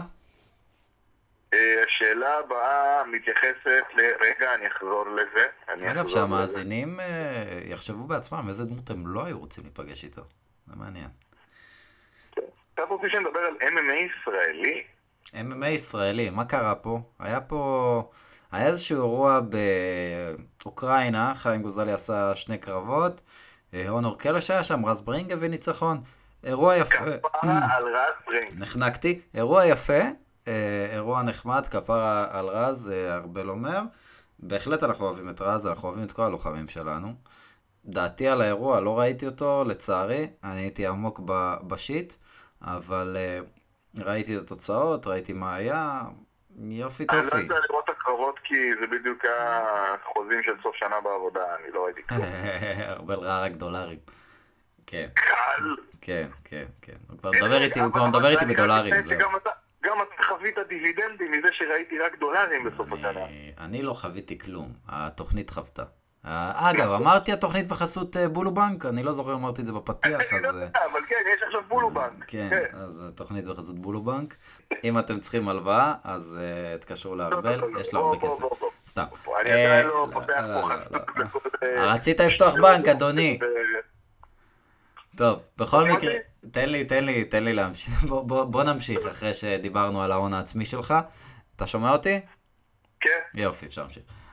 השאלה הבאה מתייחסת רגע, אני אחזור לזה. אגב, שהמאזינים יחשבו בעצמם איזה דמות הם לא היו רוצים להיפגש איתו. זה מעניין. אתה רוצה שנדבר על MMA ישראלי? MMA ישראלי, מה קרה פה? היה איזשהו אירוע באוקראינה, חיים גוזלי עשה 2 קרבות, הונור קלש היה שם, רז ברינג הביא ניצחון. אירוע יפה. כפרה על רז ברינג. נחנקתי. אירוע יפה. אירוע נחמד, כפרה על רז, הרבה לא אומר. בהחלט אנחנו אוהבים את רז, אנחנו אוהבים את כל הלוחמים שלנו. דעתי על האירוע, לא ראיתי אותו, לצערי, אני הייתי עמוק בשיט, אבל ראיתי את התוצאות, ראיתי מה היה, יופי טופי. אני לא יודע לראות את הקרבות כי זה בדיוק החוזים של סוף שנה בעבודה, אני לא ראיתי כלום. הרבה רע רק דולרים. כן. קל. כן. הוא כבר מדבר איתי בדולרים. גם אתה חווית דיבידנדים מזה שראיתי רק דולרים בסוף השנה. אני לא חוויתי כלום, התוכנית חוותה. אגב, אמרתי התוכנית בחסות בולובנק, אני לא זוכר, אמרתי את זה בפתיח, אז... אבל כן, יש עכשיו בולובנק. כן, אז התוכנית בחסות בולובנק. אם אתם צריכים הלוואה, אז תקשרו לארבל, יש לו הרבה כסף. סתם. אני עדיין לא פותח פה. רצית לפתוח בנק, אדוני. טוב, בכל מקרה, תן לי להמשיך, בוא נמשיך אחרי שדיברנו על ההון העצמי שלך. אתה שומע אותי? כן. יופי, אפשר להמשיך.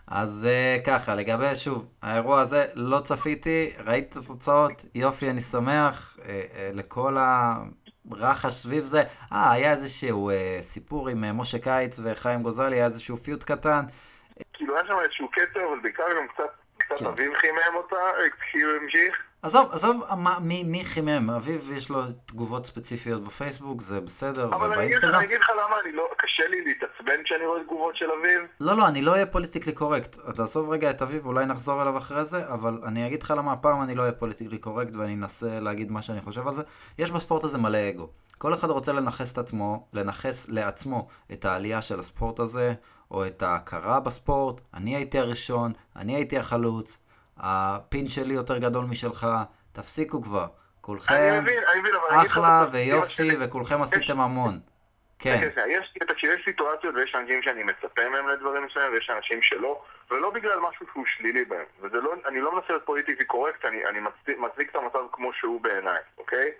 אז ככה, לגבי, שוב, האירוע הזה לא צפיתי, ראיתי את התוצאות, יופי, אני שמח, לכל הרחש סביב זה. היה איזשהו סיפור עם משה קיץ וחיים גוזלי, היה איזשהו פיוט קטן. כאילו היה שם איזשהו קצר, אבל בעיקר גם קצת אביב חימם אותה, כאילו המשיך. עזוב, מי חימם? אביב יש לו תגובות ספציפיות בפייסבוק, זה בסדר, אבל אני אגיד לך למה, קשה לי להתעצבן כשאני רואה תגובות של אביב. לא, אני לא אהיה פוליטיקלי קורקט. תעזוב רגע את אביב, אולי נחזור אליו אחרי זה, אבל אני אגיד לך למה הפעם אני לא אהיה פוליטיקלי קורקט, ואני אנסה להגיד מה שאני חושב על זה. יש בספורט הזה מלא אגו. כל אחד רוצה לנחס לעצמו את העלייה של הספורט הזה, או את ההכרה בספורט. אני הייתי הראשון, אני הייתי החלוץ. הפין שלי יותר גדול משלך, תפסיקו כבר. כולכם אחלה ויופי וכולכם עשיתם המון. כן. יש סיטואציות ויש אנשים שאני מצפה מהם לדברים מסוים ויש אנשים שלא, ולא בגלל משהו שהוא שלילי בהם. אני לא מנסה להיות פוליטיקלי קורקט, אני מצדיק את המצב כמו שהוא בעיניי, אוקיי?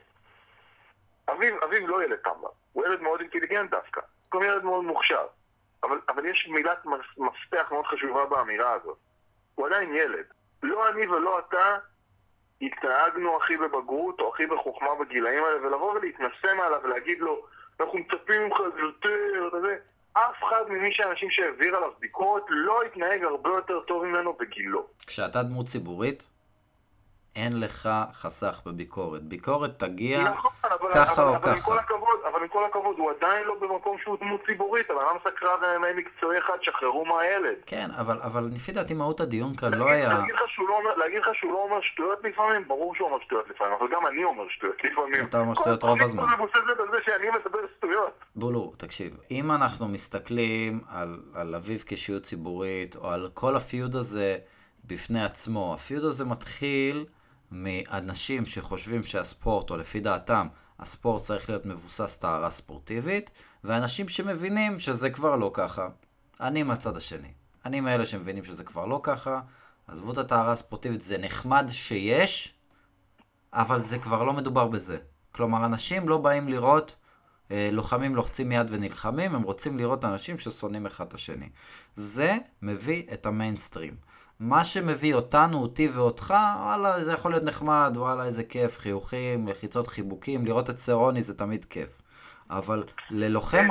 אביב לא ילד טמבה, הוא ילד מאוד אינטליגנט דווקא, הוא ילד מאוד מוכשר. אבל יש מילת מפתח מאוד חשובה באמירה הזאת. הוא עדיין ילד. לא אני ולא אתה התנהגנו הכי בבגרות או הכי בחוכמה בגילאים האלה, ולבוא ולהתנסה מעליו ולהגיד לו, אנחנו מצפים ממך יותר, וזה. אף אחד האנשים שהעביר עליו ביקורת לא התנהג הרבה יותר טוב ממנו בגילו. כשאתה דמות ציבורית, אין לך חסך בביקורת. ביקורת תגיע ככה או ככה. אבל עם כל הכבוד, הוא עדיין לא במקום שהוא דמות ציבורית, אבל למה סקרב MMA מקצועי אחד, שחררו מהילד. כן, אבל לפי דעתי מהות הדיון כאן לא היה... להגיד לך שהוא לא אומר שטויות לפעמים, ברור שהוא אומר שטויות לפעמים, אבל גם אני אומר שטויות לפעמים. אתה אומר שטויות רוב הזמן. כל מבוססת על זה שאני מדבר שטויות. בולו, תקשיב, אם אנחנו מסתכלים על אביב כשיות ציבורית, או על כל הפיוד הזה בפני עצמו, הפיוד הזה מתחיל מאנשים שחושבים שהספורט, או לפי דעתם, הספורט צריך להיות מבוסס טהרה ספורטיבית, ואנשים שמבינים שזה כבר לא ככה. אני מהצד השני. אני מאלה שמבינים שזה כבר לא ככה. עזבו את הטהרה הספורטיבית, זה נחמד שיש, אבל זה כבר לא מדובר בזה. כלומר, אנשים לא באים לראות לוחמים לוחצים יד ונלחמים, הם רוצים לראות אנשים ששונאים אחד את השני. זה מביא את המיינסטרים. מה שמביא אותנו, אותי ואותך, וואלה, זה יכול להיות נחמד, וואלה, איזה כיף, חיוכים, לחיצות חיבוקים, לראות את סרוני זה תמיד כיף. אבל ללוחם...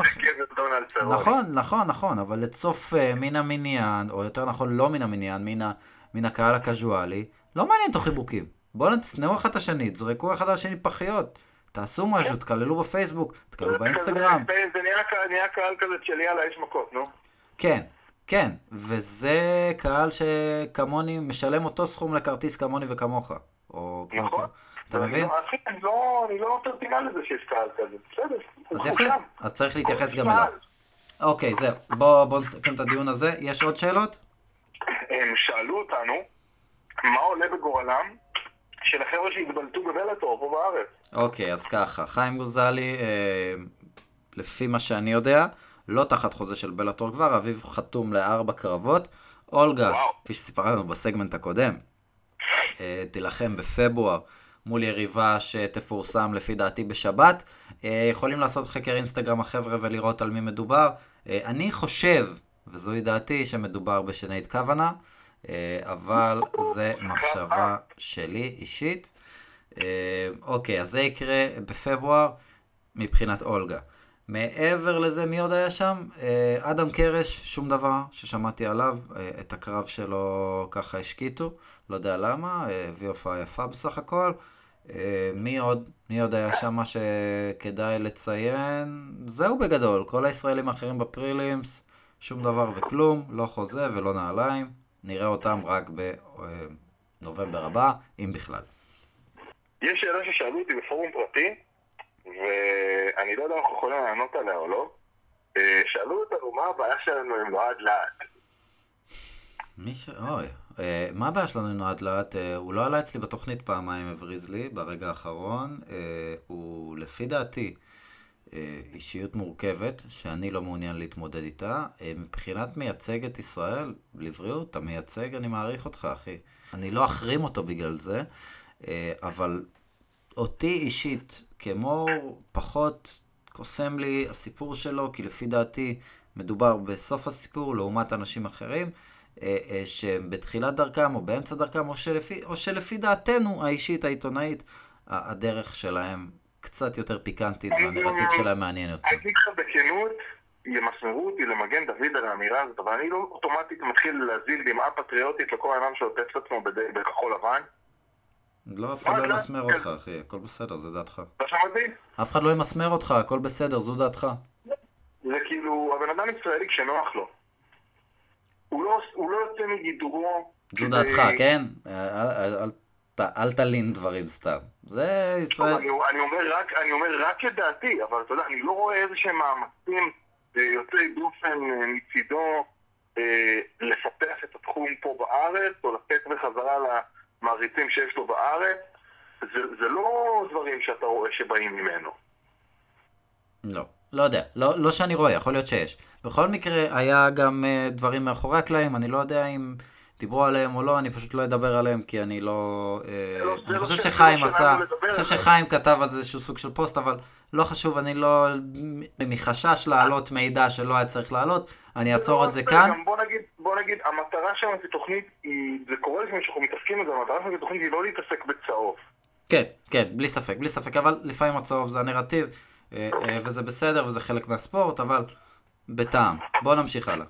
נכון, אבל לצוף מן המניין, או יותר נכון לא מן המניין, מן הקהל הקזואלי, לא מעניין אותו חיבוקים. בואו נצנעו אחד את השני, תזרקו אחד על השני פחיות, תעשו משהו, תקללו בפייסבוק, תקללו באינסטגרם. זה נהיה קהל כזה של יאללה, יש מכות, נו. כן, וזה קהל שכמוני משלם אותו סכום לכרטיס כמוני וכמוך. נכון. אתה מבין? אחי, אני לא פרטיגל לזה שיש קהל כזה. בסדר. אז יפה, אז צריך להתייחס גם אליו. אוקיי, זהו. בואו נסכם את הדיון הזה. יש עוד שאלות? הם שאלו אותנו מה עולה בגורלם של החבר'ה שהתבלטו בבלאטור פה בארץ. אוקיי, אז ככה. חיים גוזלי, לפי מה שאני יודע, לא תחת חוזה של בלאטור כבר, אביב חתום ל4 קרבות. אולגה, כפי שסיפרנו בסגמנט הקודם, תילחם בפברואר מול יריבה שתפורסם לפי דעתי בשבת. יכולים לעשות חקר אינסטגרם החבר'ה ולראות על מי מדובר. אני חושב, וזוהי דעתי, שמדובר בשנייד כוונה, אבל זה מחשבה שלי אישית. אוקיי, אז זה יקרה בפברואר מבחינת אולגה. מעבר לזה, מי עוד היה שם? אדם קרש, שום דבר ששמעתי עליו, את הקרב שלו ככה השקיטו, לא יודע למה, הביא הופעה יפה בסך הכל. מי עוד היה שם מה שכדאי לציין? זהו בגדול, כל הישראלים האחרים בפרילימס, שום דבר וכלום, לא חוזה ולא נעליים, נראה אותם רק בנובמבר הבא, אם בכלל. יש שאלה ששאלו אותי בפורום פרטי, ואני לא יודע אם אנחנו יכולים לענות עליה או לא. שאלו אותנו מה הבעיה שלנו עם נועד לאט. מה הבעיה שלנו עם נועד לאט? הוא לא עלה אצלי בתוכנית פעמיים, הבריז לי ברגע האחרון. הוא לפי דעתי אישיות מורכבת שאני לא מעוניין להתמודד איתה. מבחינת מייצג את ישראל, לבריאות, אתה מייצג, אני מעריך אותך אחי. אני לא אחרים אותו בגלל זה, אבל אותי אישית כמו פחות קוסם לי הסיפור שלו, כי לפי דעתי מדובר בסוף הסיפור לעומת אנשים אחרים. שהם בתחילת דרכם או באמצע דרכם, או שלפי דעתנו האישית העיתונאית, הדרך שלהם קצת יותר פיקנטית והנרטיב שלהם מעניין יותר. אני אגיד לך בכנות, ימסמרו אותי למגן דוד על האמירה הזאת, אבל אני לא אוטומטית מתחיל להזיל דמעה פטריוטית לכל אדם שעוטף עצמו בכחול לבן. לא, אף אחד לא ימסמר אותך, אחי, הכל בסדר, זה דעתך. אתה שמעתי? אף אחד לא ימסמר אותך, הכל בסדר, זו דעתך. זה כאילו, הבן אדם ישראלי כשנוח לו. הוא לא יוצא מגדרו. זו דעתך, כן? אל תלין דברים סתם. זה ישראל... אני אומר רק כדעתי, אבל אתה יודע, אני לא רואה איזה שהם מאמצים יוצאי דופן מצידו לפתח את התחום פה בארץ, או לתת בחזרה למעריצים שיש לו בארץ. זה לא דברים שאתה רואה שבאים ממנו. לא יודע, לא שאני רואה, יכול להיות שיש. בכל מקרה, היה גם דברים מאחורי הקלעים, אני לא יודע אם דיברו עליהם או לא, אני פשוט לא אדבר עליהם, כי אני לא... אני חושב שחיים עשה, אני חושב שחיים כתב על זה איזשהו סוג של פוסט, אבל לא חשוב, אני לא... מחשש לעלות מידע שלא היה צריך לעלות, אני אעצור את זה כאן. בוא נגיד, המטרה שלנו בתוכנית היא, זה קורה לפעמים שאנחנו מתעסקים בזה, המטרה שלנו בתוכנית היא לא להתעסק בצהוב. כן, בלי ספק, אבל לפעמים הצהוב זה הנרטיב, וזה בסדר, וזה חלק מהספורט, אבל בטעם. בוא נמשיך הלאה.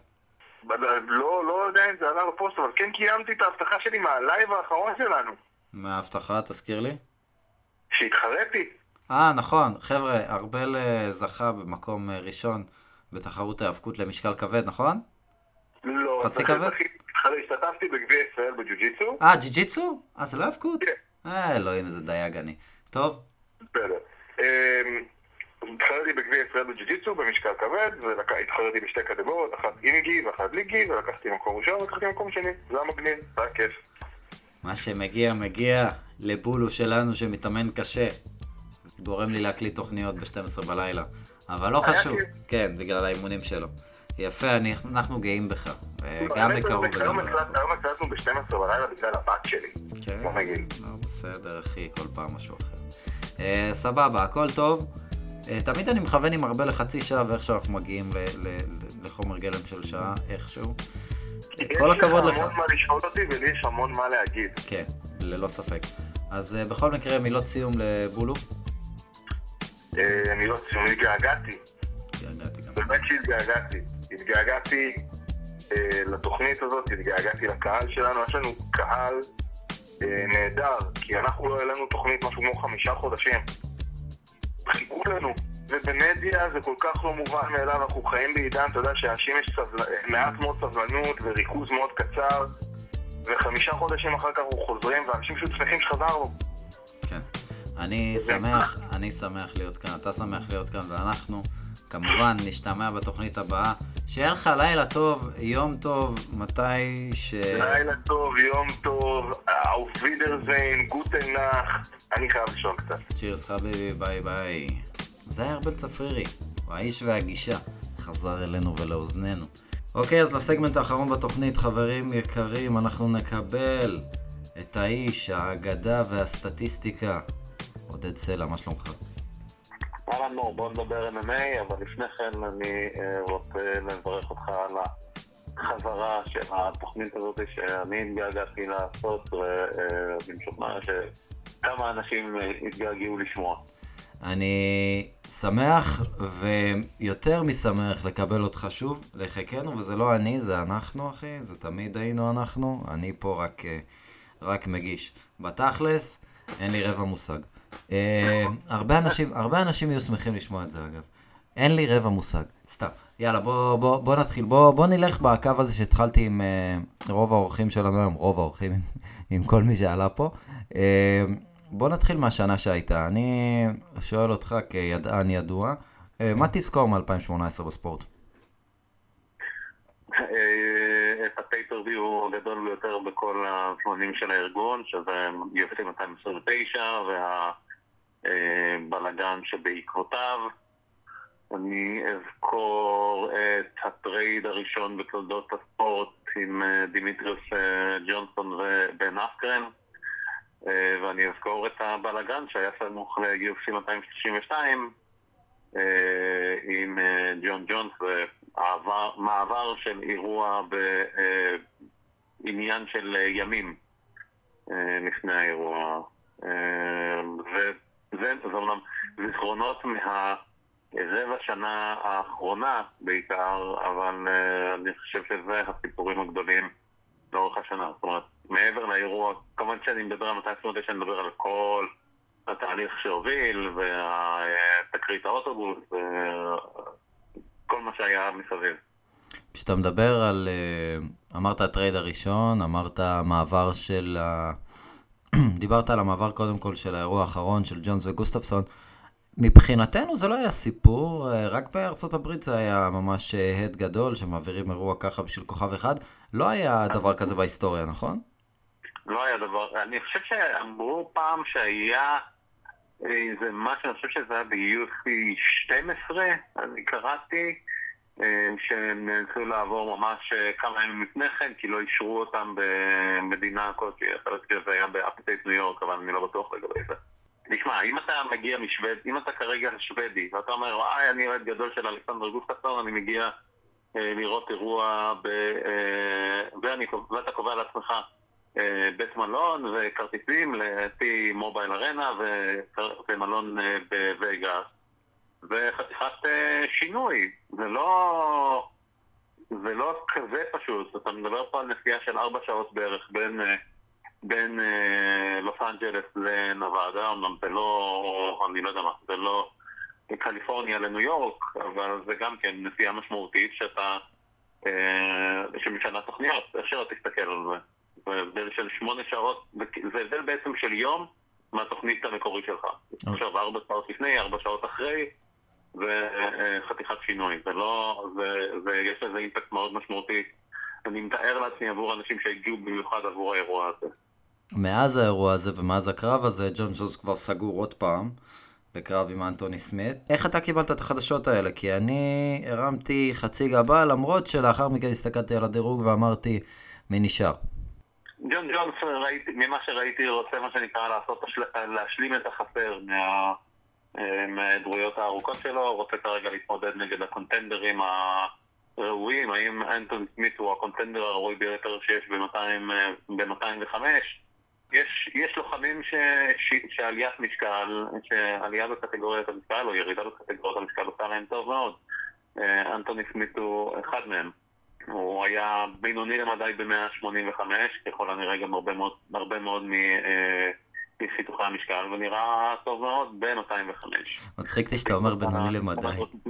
לא יודע אם זה עלה בפוסט, אבל כן קיימתי את ההבטחה שלי מהלייב האחרון שלנו. מה ההבטחה? תזכיר לי. שהתחרתי. נכון. חבר'ה, ארבל זכה במקום ראשון בתחרות ההאבקות למשקל כבד, נכון? לא. חצי כבד? השתתפתי בגביע ישראל בג'ו-ג'יצו. ג'ו-ג'יצו? זה לא האבקות? כן. אלוהים, איזה דייג אני. טוב. בסדר. התחרתי בגביע ישראל בג'ו-ג'יצו במשקל כבד, והתחרתי בשתי קטגוריות, אחת עם גי ואחת בלי גי, ולקחתי מקום ראשון ולקחתי מקום שני. זה היה מגניב, זה היה כיף. מה שמגיע לבולו שלנו שמתאמן קשה. גורם לי להקליט תוכניות ב-12 בלילה. אבל לא חשוב. כן, בגלל האימונים שלו. יפה, אנחנו גאים בך. גם בקרוב וגם בקרוב. היום הקלטנו ב-12 בלילה בגלל הבת שלי. כן. בוא נגיד. בסדר, אחי, כל פעם משהו אחר. סבבה, הכל טוב. תמיד אני מכוון עם הרבה לחצי שעה, ואיכשהו אנחנו מגיעים לחומר גלם של שעה, איכשהו. כל הכבוד לך. יש לך המון מה לשאול אותי, ולי יש המון מה להגיד. כן, ללא ספק. אז בכל מקרה, מילות סיום לבולו. מילות סיום, התגעגעתי. באמת שהתגעגעתי. התגעגעתי לתוכנית הזאת, התגעגעתי לקהל שלנו. יש לנו קהל נהדר, כי אנחנו לא היה לנו תוכנית משהו כמו 5 חודשים. חיכו לנו, ובמדיה זה כל כך לא מובן מאליו, אנחנו חיים בעידן, אתה יודע שאנשים יש מעט מאוד סבלנות וריכוז מאוד קצר, ו5 חודשים אחר כך אנחנו חוזרים, ואנשים פשוט שמחים שחזרנו. כן, אני שמח להיות כאן, אתה שמח להיות כאן, ואנחנו כמובן נשתמע בתוכנית הבאה. שיהיה לך לילה טוב, יום טוב, מתי לילה טוב, יום טוב, auf Wiedersehen, gute Nacht. אני חייב לישון קצת. צ'ירס חביבי, ביי ביי. זה היה ארבל צפרירי, הוא האיש והגישה, חזר אלינו ולאוזננו. אוקיי, אז לסגמנט האחרון בתוכנית, חברים יקרים, אנחנו נקבל את האיש, האגדה והסטטיסטיקה. עודד סלע, מה שלומך? אהלן מור, בוא נדבר MMA, אבל לפני כן אני רוצה לברך אותך על החזרה של התוכנית הזאת שאני התגעגעתי לעשות, ואני משוכנע שכמה אנשים התגעגעו לשמוע. אני שמח ויותר משמח לקבל אותך שוב לחיקנו, וזה לא אני, זה אנחנו אחי, זה תמיד היינו אנחנו, אני פה רק מגיש. בתכלס, אין לי רבע מושג. הרבה אנשים יהיו שמחים לשמוע את זה אגב. אין לי רבע מושג, סתם. יאללה, בוא נתחיל. בוא נלך בקו הזה שהתחלתי עם רוב האורחים שלנו היום, רוב האורחים עם כל מי שעלה פה. בוא נתחיל מהשנה שהייתה. אני שואל אותך כידען ידוע, מה תזכור מ-2018 בספורט? את הפייפריוויו הגדול ביותר בכל הזמנים של הארגון, שזה UFC 229 והבלגן שבעקבותיו. אני אזכור את הטרייד הראשון בתולדות הספורט עם דימיטריוס ג'ונסון ובן אסקרן, ואני אזכור את הבלגן שהיה סמוך ל-UFC 232 עם ג'ון ג'ונס, מעבר של אירוע עניין של ימים לפני האירוע. וזה אומנם זיכרונות מהרבע שנה האחרונה בעיקר, אבל אני חושב שזה הסיפורים הגדולים לאורך השנה. זאת אומרת, מעבר לאירוע, כמובן שאני מדבר על 229, שאני מדבר על כל התהליך שהוביל, והתקרית האוטובוס, וכל מה שהיה מסביב. כשאתה מדבר על, אמרת הטרייד הראשון, אמרת המעבר של, דיברת על המעבר קודם כל של האירוע האחרון של ג'ונס וגוסטפסון, מבחינתנו זה לא היה סיפור, רק בארצות הברית זה היה ממש הד גדול שמעבירים אירוע ככה בשביל כוכב אחד, לא היה דבר כזה בהיסטוריה, נכון? לא היה דבר, אני חושב שאמרו פעם שהיה איזה משהו, אני חושב שזה היה ב-UFC 12, אני קראתי, שהם נאלצו לעבור ממש כמה ימים לפני כן, כי לא אישרו אותם במדינה כלשהי, חלק שזה היה באפטייט ניו יורק, אבל אני לא בטוח לגבי זה. נשמע, אם אתה מגיע משבד, אם אתה כרגע שוודי, ואתה אומר, אני אוהד גדול של אלכסנדר גוסטפסון, אני מגיע לראות אירוע, ואתה קובע לעצמך בית מלון וכרטיסים לפי מובייל ארנה ומלון בווגאס, וחתיכת שינוי. זה לא כזה פשוט. אתה מדבר פה על נסיעה של 4 שעות בערך בין לוס אנג'לס לנבדה, אומנם זה לא, אני לא יודע מה, זה לא קליפורניה לניו יורק, אבל זה גם כן נסיעה משמעותית שמשנה תוכניות, איך שלא תסתכל על זה. זה הבדל של 8 שעות, זה הבדל בעצם של יום מהתוכנית המקורית שלך. עכשיו 4 שעות לפני, 4 שעות אחרי, וחתיכת שינוי. יש לזה אימפקט מאוד משמעותי. אני מתאר לעצמי עבור אנשים שהגיעו במיוחד עבור האירוע הזה. מאז האירוע הזה ומאז הקרב הזה, ג'ון ג'ונס כבר סגור עוד פעם בקרב עם אנטוני סמית. איך אתה קיבלת את החדשות האלה? כי אני הרמתי חצי גבה, למרות שלאחר מכן הסתכלתי על הדירוג ואמרתי, מי נשאר? ג'ון ג'ונס, ממה שראיתי, רוצה מה שנקרא להשלים את החסר מהדמויות הארוכות שלו, רוצה כרגע להתמודד נגד הקונטנדרים הראויים. האם אנטוני סמית הוא הקונטנדר הראוי ביותר שיש ב-205? יש לוחמים שעליית משקל, שעלייה בקטגוריית המשקל או ירידה בקטגוריית המשקל עושה להם טוב מאוד. אנטוני סמית הוא אחד מהם. הוא היה בינוני למדי ב-185, ככל הנראה גם הרבה מאוד מחיתוכי המשקל, ונראה טוב מאוד ב-205. מצחיק שאתה אומר בינוני למדי.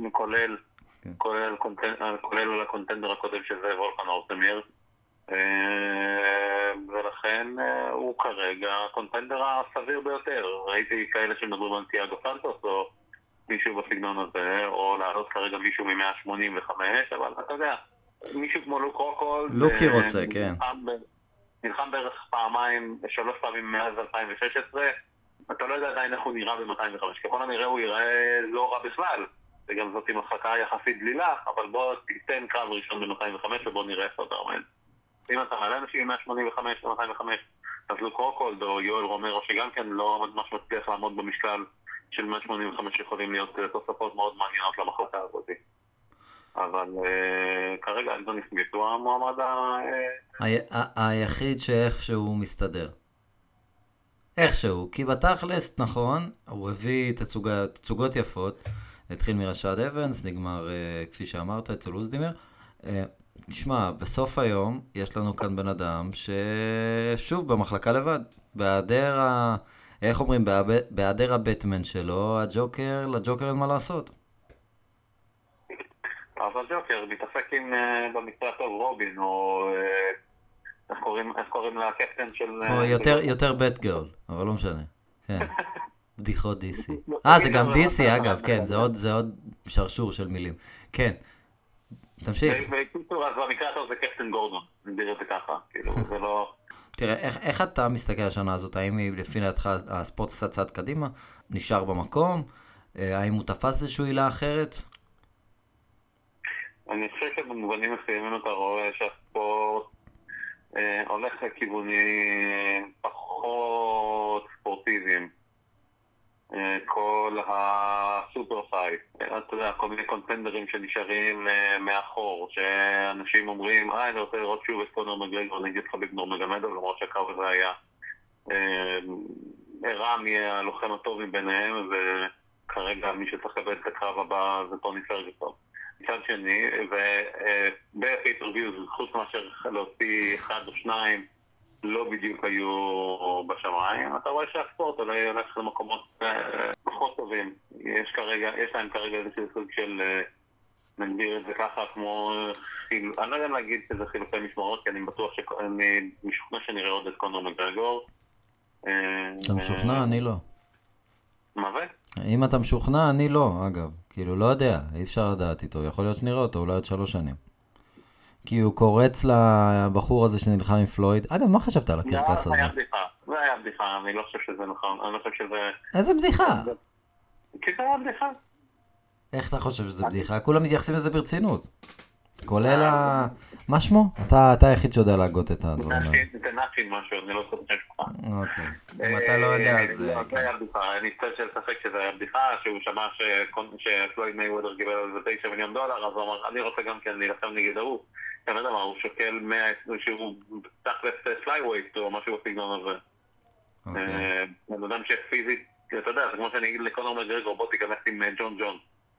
כולל הקונטנדר הקודם שזה וולקן אורטמיר, ולכן הוא כרגע הקונטנדר הסביר ביותר. ראיתי כאלה שמדברים על תיאגו סנטוס או מישהו בסגנון הזה, או לעלות כרגע מישהו מ-185, אבל אתה יודע, מישהו כמו לוק רוקולד, לוקי רוצה, כן. נלחם בערך 3 פעמים מאז 2016, אתה לא יודע עדיין איך הוא נראה ב-205, ככל הנראה הוא יראה לא רע בכלל, וגם זאת עם החלקה יחסית דלילה, אבל בוא תיתן קרב ראשון ב-205 ובוא נראה איפה אתה עומד. אם אתה מעלה אנשים מ-185 ל-205, אז לוק רוקולד או יואל רומרו, שגם כן לא ממש מצליח לעמוד במשקל של 185, יכולים להיות תוספות מאוד מעניינות למחלקה הזאת. אבל כרגע אנטוני סמית הוא המועמד היחיד שאיכשהו מסתדר. איכשהו, כי בתכלס, נכון, הוא הביא תצוגות יפות, התחיל מרשד אבנס, נגמר, כפי שאמרת, אצל אוזדימר. תשמע, בסוף היום יש לנו כאן בן אדם ששוב במחלקה לבד, איך אומרים, בהיעדר הבטמן שלו, לג'וקר אין מה לעשות. אבל ג'וקר מתעסק עם במקרה טוב רובין, או איך קוראים לקפטן של... יותר בט גרל, אבל לא משנה. כן. בדיחות DC. זה גם DC אגב, כן, זה עוד שרשור של מילים. כן, תמשיך. בקיצור, אז במקרה טוב זה קפטן גורדון, נדיר את זה ככה, כאילו, זה לא... תראה, איך אתה מסתכל השנה הזאת? האם היא לפי דעתך הספורט עשה צעד קדימה? נשאר במקום? האם הוא תפס איזושהי עילה אחרת? אני חושב שבמובנים מסוימים אתה רואה שהספורט הולך לכיוונים פחות ספורטיביים. כל הסופר פייט, אתה יודע, כל מיני קונטנדרים שנשארים מאחור, שאנשים אומרים, אני רוצה לראות שוב את קונור מגרגור נגד חביב נורמגומדוב, למרות שהקרב הזה היה רם יהיה הלוחם הטוב מביניהם, וכרגע מי שצריך לקבל את הקרב הבא זה טוני פרגוסון. מצד שני, ובפייפריוויוז, חוץ מאשר להוציא אחד או שניים, לא בדיוק היו בשמיים. אתה רואה שהספורט אולי הולך למקומות פחות טובים. יש להם כרגע איזשהו סוג של, נגדיר את זה ככה, כמו אני לא יודע להגיד שזה חילופי משמרות, כי אני בטוח שאני משוכנע שנראה עוד את קונור מגרגור. אתה משוכנע? אני לא. מה זה? אם אתה משוכנע, אני לא, אגב. כאילו, לא יודע, אי אפשר לדעת איתו. יכול להיות שנראה אותו, אולי עוד 3 שנים. כי הוא קורץ לבחור הזה שנלחם עם פלויד. אגב, מה חשבת על הקרקס הזה? זה היה בדיחה, אני לא חושב שזה נכון, אני לא חושב שזה... איזה בדיחה? כי זה היה בדיחה. איך אתה חושב שזה בדיחה? כולם מתייחסים לזה ברצינות. כולל מה שמו? אתה היחיד שיודע להגות את הדברים האלה. זה נאצ'ין משהו, אני לא חושב שלך. אוקיי. אם אתה לא יודע, אז... זה היה בדיחה, אני חושב לשחק שזה היה בדיחה, שהוא שמע שפלויד מייוודר קיבל על זה $9 מיליון, אז הוא אמר, אני רוצה גם כן להילחם נגד ההוא. אני לא יודע מה, הוא שוקל 100, שהוא תכלס פלייווייט או משהו בסגנון הזה. אני יודע שפיזית, אתה יודע, זה כמו שאני אגיד לקונור מגרגור, בוא תיכנס עם ג'ון ג'ון.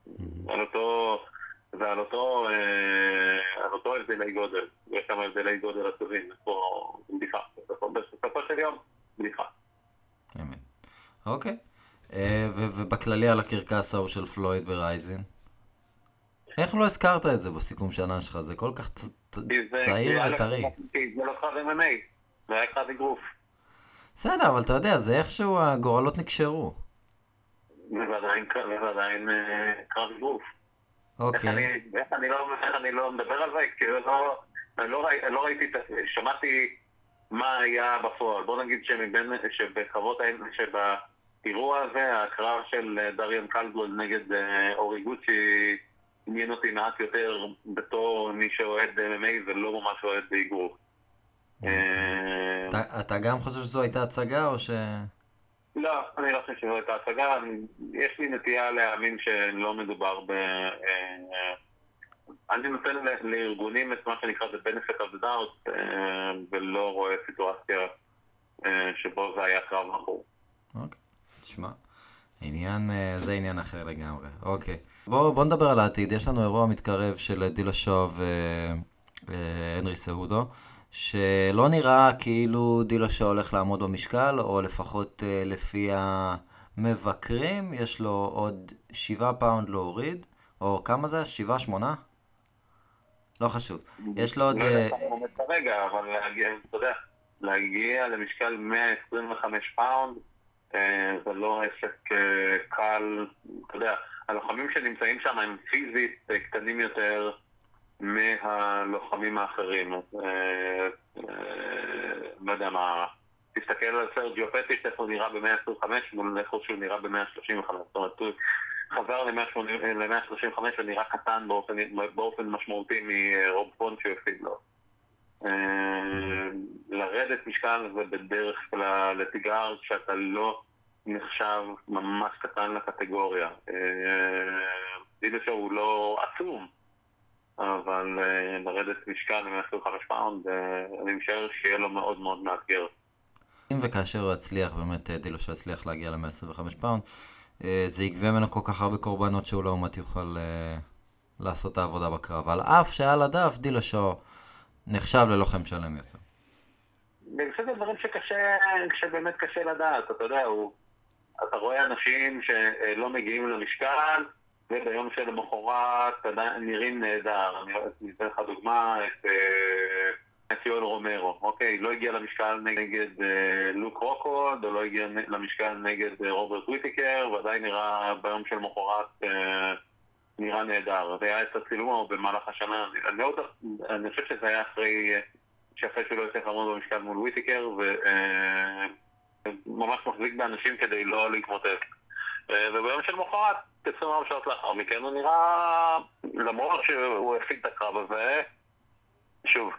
ועל אותו הבדלי גודל, יש כמה הבדלי גודל עצובים, יש פה בדיחה, בסופו של יום, בדיחה. אמת. אוקיי. ובכללי על הקרקס ההוא של פלויד ברייזין? איך לא הזכרת את זה בסיכום שנה שלך? זה כל כך צעיר וטרי. זה לא קרב MMA, זה היה קרב אגרוף. בסדר, אבל אתה יודע, זה איכשהו הגורלות נקשרו. ועדיין קרב אגרוף. אוקיי. איך אני לא מדבר על זה? כאילו לא ראיתי, שמעתי מה היה בפועל. בוא נגיד שבאירוע הזה, הקרב של דריאן קלדוול נגד אורי גוצ'י עניין אותי מעט יותר בתור מי שאוהד MMA ולא ממש אוהד באגרוף. אתה גם חושב שזו הייתה הצגה או ש... לא, אני לא חושב שזו הייתה הצגה. יש לי נטייה להאמין שלא מדובר אני נותן לארגונים את מה שנקרא the benefit of the doubt ולא רואה סיטואציה שבו זה היה קרב מחור. אוקיי, תשמע, זה עניין אחר לגמרי. אוקיי, בוא נדבר על העתיד. יש לנו אירוע מתקרב של דילשו והנרי סהודו, שלא נראה כאילו דילשו הולך לעמוד במשקל, או לפחות לפי המבקרים, יש לו עוד 7 פאונד להוריד, או כמה זה? 7, 8? לא חשוב. יש לו עוד... לא יודע, כרגע, אבל אתה יודע, להגיע למשקל 125 פאונד, זה לא עסק קל, אתה יודע, הלוחמים שנמצאים שם הם פיזית קטנים יותר מהלוחמים האחרים. לא יודע מה, תסתכל על סרג'יו פטיש, איך הוא נראה ב-125, ואיך שהוא נראה ב-135. זאת אומרת, הוא חזר ל-135 ונראה קטן באופן משמעותי מרוב פונט שהפסיד לו. לרדת משקל זה בדרך כלל לתיגר כשאתה לא נחשב ממש קטן לקטגוריה. דילשו הוא לא עצום, אבל לרדת משקל ל-125 פאונד, אני משער שיהיה לו מאוד מאוד מאתגר. אם וכאשר הוא הצליח, באמת דילשו הצליח להגיע ל-125 פאונד, זה יגבה ממנו כל כך הרבה קורבנות שהוא לא עומת יוכל לעשות את העבודה בקרב. על אף שעל הדף דילשו נחשב ללוחם שלם יותר. זה דברים שבאמת קשה לדעת, אתה יודע, אתה רואה אנשים שלא מגיעים למשקל, וביום שלמחרת נראים נהדר. אני אתן לך דוגמה, את יואל רומרו, אוקיי? לא הגיע למשקל נגד לוק רוקוד, או לא הגיע למשקל נגד רוברט וויטיקר, ועדיין נראה ביום שלמחרת נראה נהדר. זה היה את הצילום במהלך השנה. אני חושב שזה היה אחרי שהוא לא יצטרך לעמוד במשקל מול וויטיקר, וממש מחזיק באנשים כדי לא להתמוטט. וביום של מחרת, 24 שעות לאחר מכן, הוא נראה, למרות שהוא הפסיד את הקרב הזה, שוב,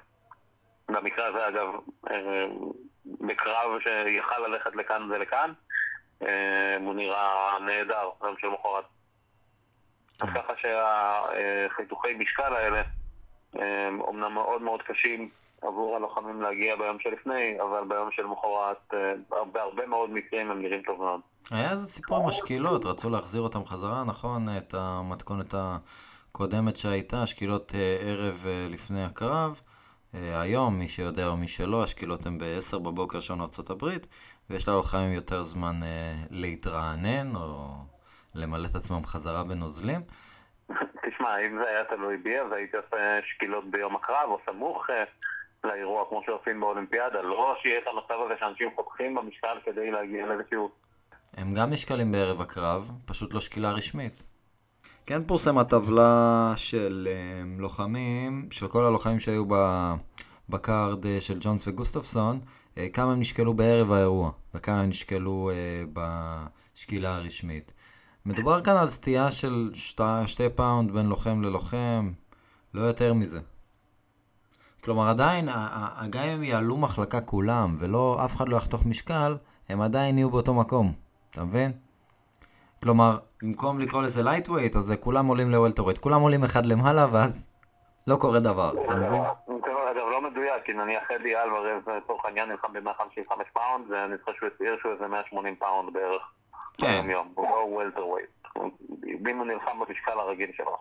במקרה הזה אגב, בקרב שיכל ללכת לכאן ולכאן, הוא נראה נהדר, גם של מחרת. אז ככה שהחיתוכי משקל האלה אומנם מאוד מאוד קשים עבור הלוחמים להגיע ביום שלפני, אבל ביום של מחרת בהרבה מאוד מקרים הם נראים טוב מאוד. היה איזה סיפור משקילות, רצו להחזיר אותם חזרה, נכון? את המתכונת הקודמת שהייתה, שקילות ערב לפני הקרב. היום, מי שיודע או מי שלא, השקילות הן ב-10 בבוקר שעון ארצות הברית, ויש ללוחמים יותר זמן להתרענן או למלא את עצמם חזרה בנוזלים. תשמע, אם זה היה תלוי בי, אז הייתי עושה שקילות ביום הקרב או סמוך לאירוע כמו שעושים באולימפיאדה, לא שיהיה את המצב הזה שאנשים חותכים במשקל כדי להגיע לאיזשהו... הם גם נשקלים בערב הקרב, פשוט לא שקילה רשמית. כן פורסמה טבלה של לוחמים, של כל הלוחמים שהיו בקארד של ג'ונס וגוסטפסון, כמה הם נשקלו בערב האירוע, וכמה הם נשקלו בשקילה הרשמית. מדובר כאן על סטייה של 2 פאונד בין לוחם ללוחם, לא יותר מזה. כלומר, עדיין, גם אם הם יעלו מחלקה כולם, ולא, אף אחד לא יחתוך משקל, הם עדיין יהיו באותו מקום. אתה מבין? כלומר, במקום לקרוא לזה lightweight, אז כולם עולים ל-welterweight. כולם עולים אחד למעלה, ואז לא קורה דבר. אתה מבין? אגב, לא מדויק, כי נניח אדי אלוורז, לצורך העניין, נלחם ב-155 פאונד, ואני חושב שהוא הצעיר שהוא איזה 180 פאונד בערך. כן. יום, הוא לא welterweight. אם הוא נלחם במשקל הרגיל שלו.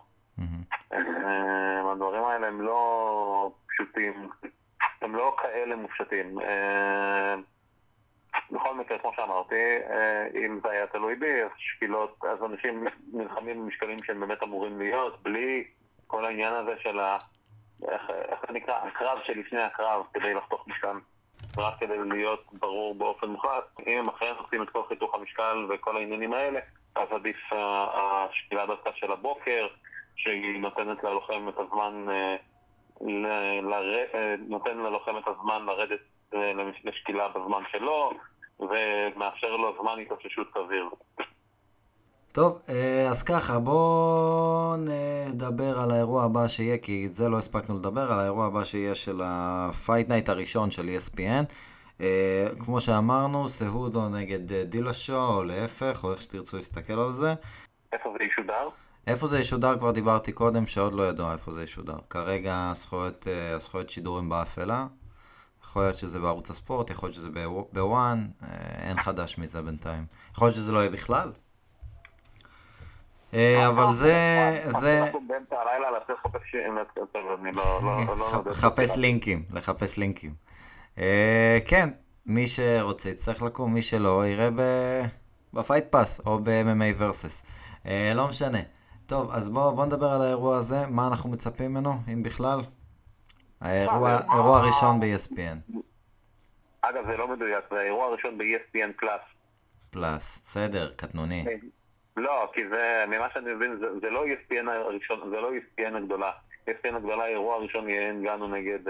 הדברים האלה הם לא פשוטים, הם לא כאלה מופשטים. בכל מקרה, כמו שאמרתי, אם זה היה תלוי בי, אז שקילות, אז אנשים נלחמים במשקלים שהם באמת אמורים להיות, בלי כל העניין הזה של איך זה נקרא, הקרב שלפני הקרב, כדי לחתוך משקל, רק כדי להיות ברור באופן מוחלט. אם הם אחרי עושים את כל חיתוך המשקל וכל העניינים האלה, אז עדיף השקילה דווקא של הבוקר, שהיא נותנת ללוחם את הזמן, נותן ללוחם את הזמן לרדת לשקילה בזמן שלו, ומאפשר לו זמן התאוששות סביר. טוב, אז ככה, בואו נדבר על האירוע הבא שיהיה, כי את זה לא הספקנו לדבר, על האירוע הבא שיהיה של ה-Fight Night הראשון של ESPN. כמו שאמרנו, סהודו נגד דילשו, או להפך, או איך שתרצו להסתכל על זה. איפה זה ישודר? איפה זה ישודר? כבר דיברתי קודם, שעוד לא ידוע איפה זה ישודר. כרגע הזכויות שידור הם באפלה. יכול להיות שזה בערוץ הספורט, יכול להיות שזה בוואן, אין חדש מזה בינתיים. יכול להיות שזה לא יהיה בכלל. אבל זה... אנחנו באמצע הלילה לעשות לחפש לינקים. כן, מי שרוצה יצטרך לקום, מי שלא יראה בפייט פאס או ב-MMA versus. לא משנה. טוב, אז בואו נדבר על האירוע הזה, מה אנחנו מצפים ממנו, אם בכלל? האירוע הראשון ב-ESPN. אגב, זה לא מדויק, זה האירוע הראשון ב-ESPN פלאס. פלאס, בסדר, קטנוני. לא, כי זה, ממה שאני מבין, זה לא ESPN הראשון, זה לא ESPN הגדולה. ESPN הגדולה, האירוע הראשון יהיה אנגאנו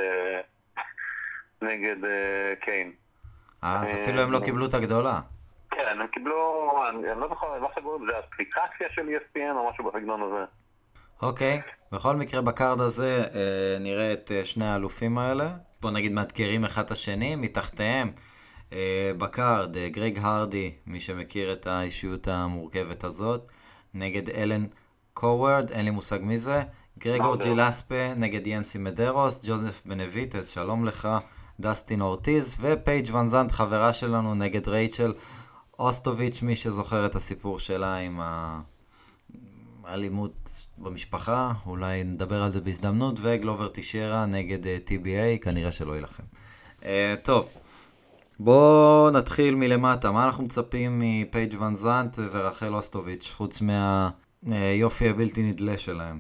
נגד קיין. אז אפילו הם לא קיבלו את הגדולה. כן, הם קיבלו, אני לא זוכר, מה שגורם, זה אפליקציה של ESPN או משהו בסגנון הזה. אוקיי, בכל מקרה בקארד הזה נראה את שני האלופים האלה. בוא נגיד מאתגרים אחד את השני, מתחתיהם בקארד גרג הרדי, מי שמכיר את האישיות המורכבת הזאת, נגד אלן קוורד, אין לי מושג מי זה, גרגור ג'ילספה נגד ינסי מדרוס, ג'וזף בנביטס, שלום לך, דסטין אורטיז, ופייג' ון זנט, חברה שלנו, נגד רייצ'ל אוסטוביץ', מי שזוכר את הסיפור שלה עם האלימות במשפחה, אולי נדבר על זה בהזדמנות, וגלובר טישרה נגד TBA, כנראה שלא ילחם. טוב, בואו נתחיל מלמטה, מה אנחנו מצפים מפייג' ון זנט ורחל אוסטוביץ', חוץ מהיופי הבלתי נדלה שלהם?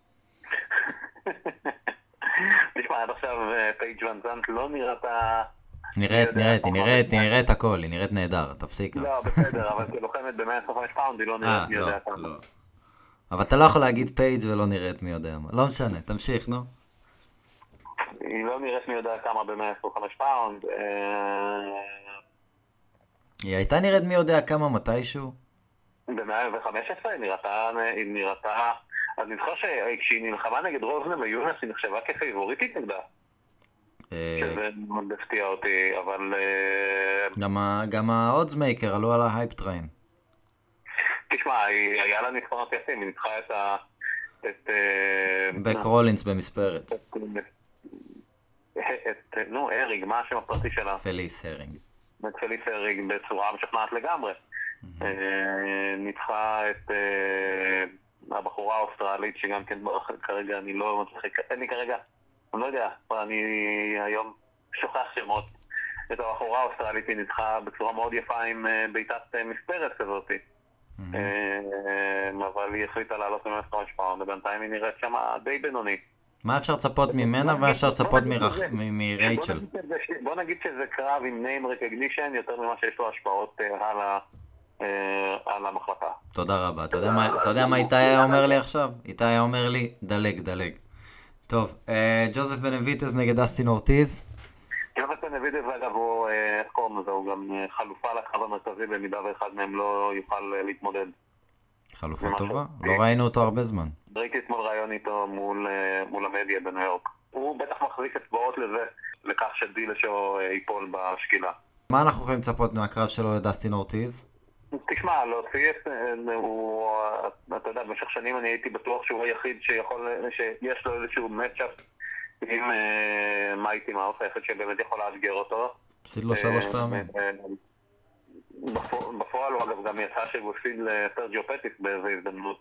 תשמע, עד עכשיו פייג' ון זנט לא נראתה... היא נראית הכל, היא נראית נהדר, תפסיק. לא, בסדר, אבל כלוחמת ב-125 פאונד היא לא נראית מי יודע כמה. אבל אתה לא יכול להגיד פייג' ולא נראית מי יודע מה. לא משנה, תמשיך, נו. היא לא נראית מי יודע כמה ב-125 פאונד. היא הייתה נראית מי יודע כמה מתישהו? ב-115 היא נראתה... אז נזכר שכשהיא נלחמה נגד רוזנם ויונס היא נחשבה כפייבוריטית נגדה. שזה מאוד הפתיע אותי, אבל... גם האודסמייקר עלו על ההייפ טריין. תשמע, היה לה ניצחונות יפים, היא ניצחה את... בק רולינס במספרת. אריג, מה השם הפרטי שלה? פליס הרינג. את פליס הריג בצורה משכנעת לגמרי. ניצחה את הבחורה האוסטרלית שגם כן כרגע אני לא מצליח, אין לי כרגע, אני לא יודע, אני היום שוכח שמות. את הבחורה האוסטרלית היא ניצחה בצורה מאוד יפה עם ביתת מספרת כזאת. אבל היא החליטה לעלות ממש 5 פעם, ובינתיים היא נראית שמה די בינוני. מה אפשר לצפות ממנה ומה אפשר לצפות מרייצ'ל? בוא נגיד שזה קרב עם name recognition יותר ממה שיש לו השפעות על המחלקה. תודה רבה. אתה יודע מה איתי היה אומר לי עכשיו? איתי היה אומר לי, דלג. טוב, ג'וזף בנביטז נגד דסטין אורטיז. ג'וזף בנביטז אגב הוא, איך קוראים לזה, הוא גם חלופה לקרב המרכזי במידה ואחד מהם לא יוכל להתמודד. חלופה טובה? לא ראינו אותו הרבה זמן. ראיתי אתמול רעיון איתו מול המדיה בניו יורק. הוא בטח מחזיק אצבעות לזה, לכך שדילשו ייפול בשקילה. מה אנחנו יכולים לצפות מהקרב שלו לדסטין אורטיז? תשמע, להוציא אתה יודע, במשך שנים אני הייתי בטוח שהוא היחיד שיש לו איזשהו מצ'אפ עם מייטי מאוס, היחיד שבאמת יכול לאתגר אותו. הפסיד לו 3 פעמים. בפועל הוא אגב גם יצא שהוא הפסיד לסרג'יו פטיס באיזו הזדמנות.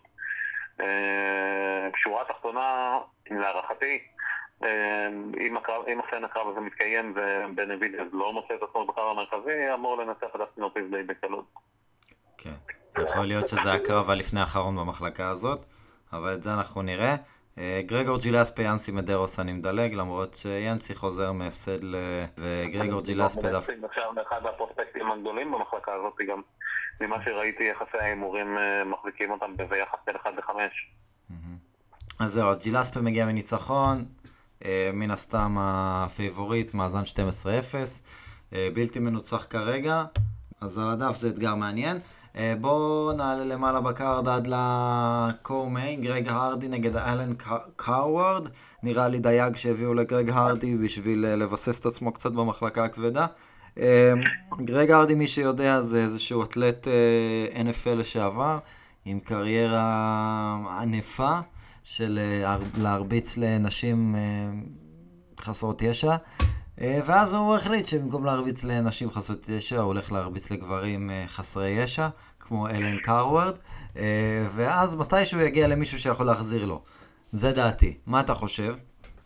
בשורה התחתונה, להערכתי, אם אכן הקרב הזה מתקיים ובנביטז לא מוצא את עצמו בקרב המרכזי, אמור לנצח את דסטין אורטיז די בקלות. כן, יכול להיות שזה הקרב הלפני האחרון במחלקה הזאת, אבל את זה אנחנו נראה. גרגור ג'ילספי, ינסי מדרוס אני מדלג, למרות שינסי חוזר מהפסד וגרגור ג'ילספי דווקא. עכשיו אחד הפרוספקטים הגדולים במחלקה הזאת, גם ממה שראיתי יחסי ההימורים מחזיקים אותם ביחס של 1-5. אז זהו, אז ג'ילספי מגיע מניצחון, מן הסתם הפייבוריט, מאזן 12-0, בלתי מנוצח כרגע, אז על הדף זה אתגר מעניין. בואו נעלה למעלה בקארד עד לקורמיין, גרג הרדי נגד אלן קאוורד. נראה לי דייג שהביאו לגרג הרדי בשביל לבסס את עצמו קצת במחלקה הכבדה. גרג הרדי, מי שיודע, זה איזשהו אתלט NFL לשעבר, עם קריירה ענפה של להרביץ לנשים חסרות ישע. ואז הוא החליט שבמקום להרביץ לנשים חסרות ישע, הוא הולך להרביץ לגברים חסרי ישע, כמו אלן קאוורד, ואז מתישהו יגיע למישהו שיכול להחזיר לו. זה דעתי. מה אתה חושב?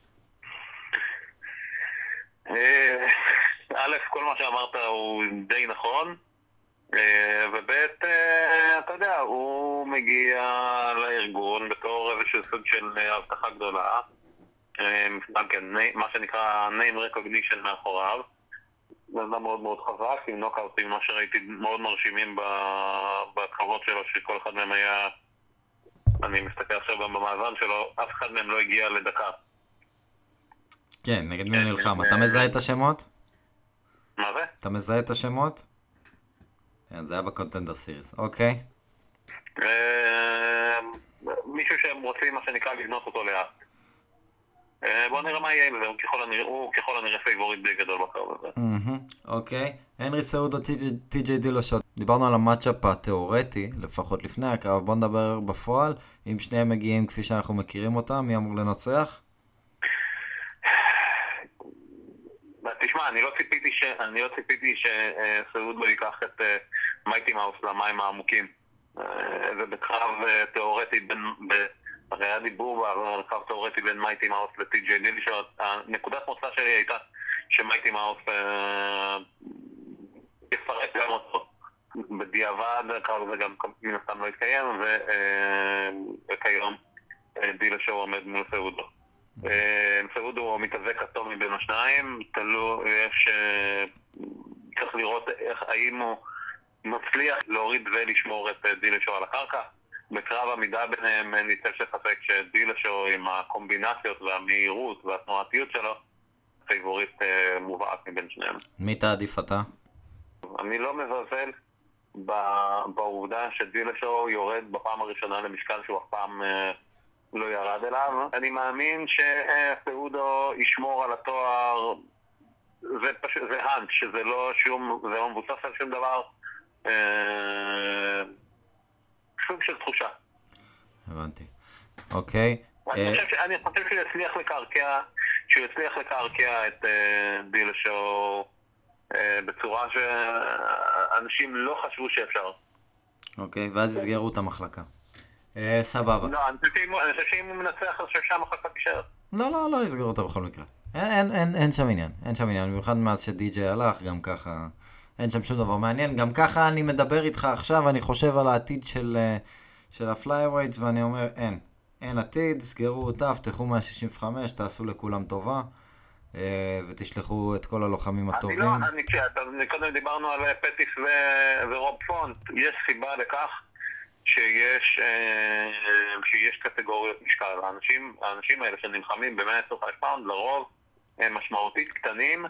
א', כל מה שאמרת הוא די נכון, וב', אתה יודע, הוא מגיע לארגון בתור איזשהו סוג של הבטחה גדולה, גם כן, מה שנקרא name recognition מאחוריו. זה אדם מאוד מאוד חזק, עם נוקאוטים, מה שראיתי מאוד מרשימים בקרבות שלו, שכל אחד מהם היה, אני מסתכל עכשיו גם במאזן שלו, אף אחד מהם לא הגיע לדקה. כן, נגד מי נלחם? אתה מזהה את השמות? מה זה? אתה מזהה את השמות? זה היה בקונטנדר סיריס, אוקיי. מישהו שהם רוצים, מה שנקרא, לבנות אותו לאט. בוא נראה מה יהיה עם זה, הוא ככל הנראה פייבוריט די גדול בקרב הזה. אוקיי. הנרי סעודו, טי.ג'יי דילשו. דיברנו על המאצ'אפ התיאורטי, לפחות לפני הקרב. בוא נדבר בפועל. אם שניהם מגיעים כפי שאנחנו מכירים אותם, מי אמור לנצח? תשמע, אני לא ציפיתי שסעודו ייקח את מייטי מאוס למים העמוקים. זה בקרב תיאורטי הרי היה דיבור על קרב תיאורטי בין מייטי מאוס לטי.ג'יי דילשו. הנקודת מוצא שלי הייתה שמייטי מאוס יפרק גם אותו. בדיעבד הקרב הזה גם מן הסתם לא התקיים, וכיום דילשו עומד מול סעודו. סעודו מתאבק אטומי בין השניים, צריך לראות האם הוא מצליח להוריד ולשמור את דילשו על הקרקע. בקרב עמידה ביניהם ניצל שספק שדילשו עם הקומבינציות והמהירות והתנועתיות שלו, פייבוריט מובהק מבין שניהם. מי תעדיף אתה? אני לא מזלזל בעובדה שדילשו יורד בפעם הראשונה למשקל שהוא אף פעם לא ירד אליו. אני מאמין שפאודו ישמור על התואר, זה פשוט, זה האנט, שזה לא שום, זה לא מבוסס על שום דבר, סוג של תחושה. הבנתי. אוקיי. אני חושב שהוא יצליח לקרקע את דילשו בצורה שאנשים לא חשבו שאפשר. אוקיי, ואז יסגרו את המחלקה. סבבה. לא, אני חושב שאם הוא מנצח, אני חושב שהמחלקה תישאר. לא יסגרו אותה בכל מקרה. אין שם עניין, במיוחד מאז שדי-ג'יי הלך, גם ככה, אין שם שום דבר מעניין. גם ככה אני מדבר איתך עכשיו, אני חושב על העתיד של הפלייווייטס, ואני אומר, אין עתיד, סגרו אותה, פתחו 165, תעשו לכולם טובה, ותשלחו את כל הלוחמים הטובים. קודם דיברנו על פטיס ורוב פונט, יש סיבה לכך שיש קטגוריות משקל. האנשים האלה שנלחמים ב-125 פאונד לרוב הם משמעותית קטנים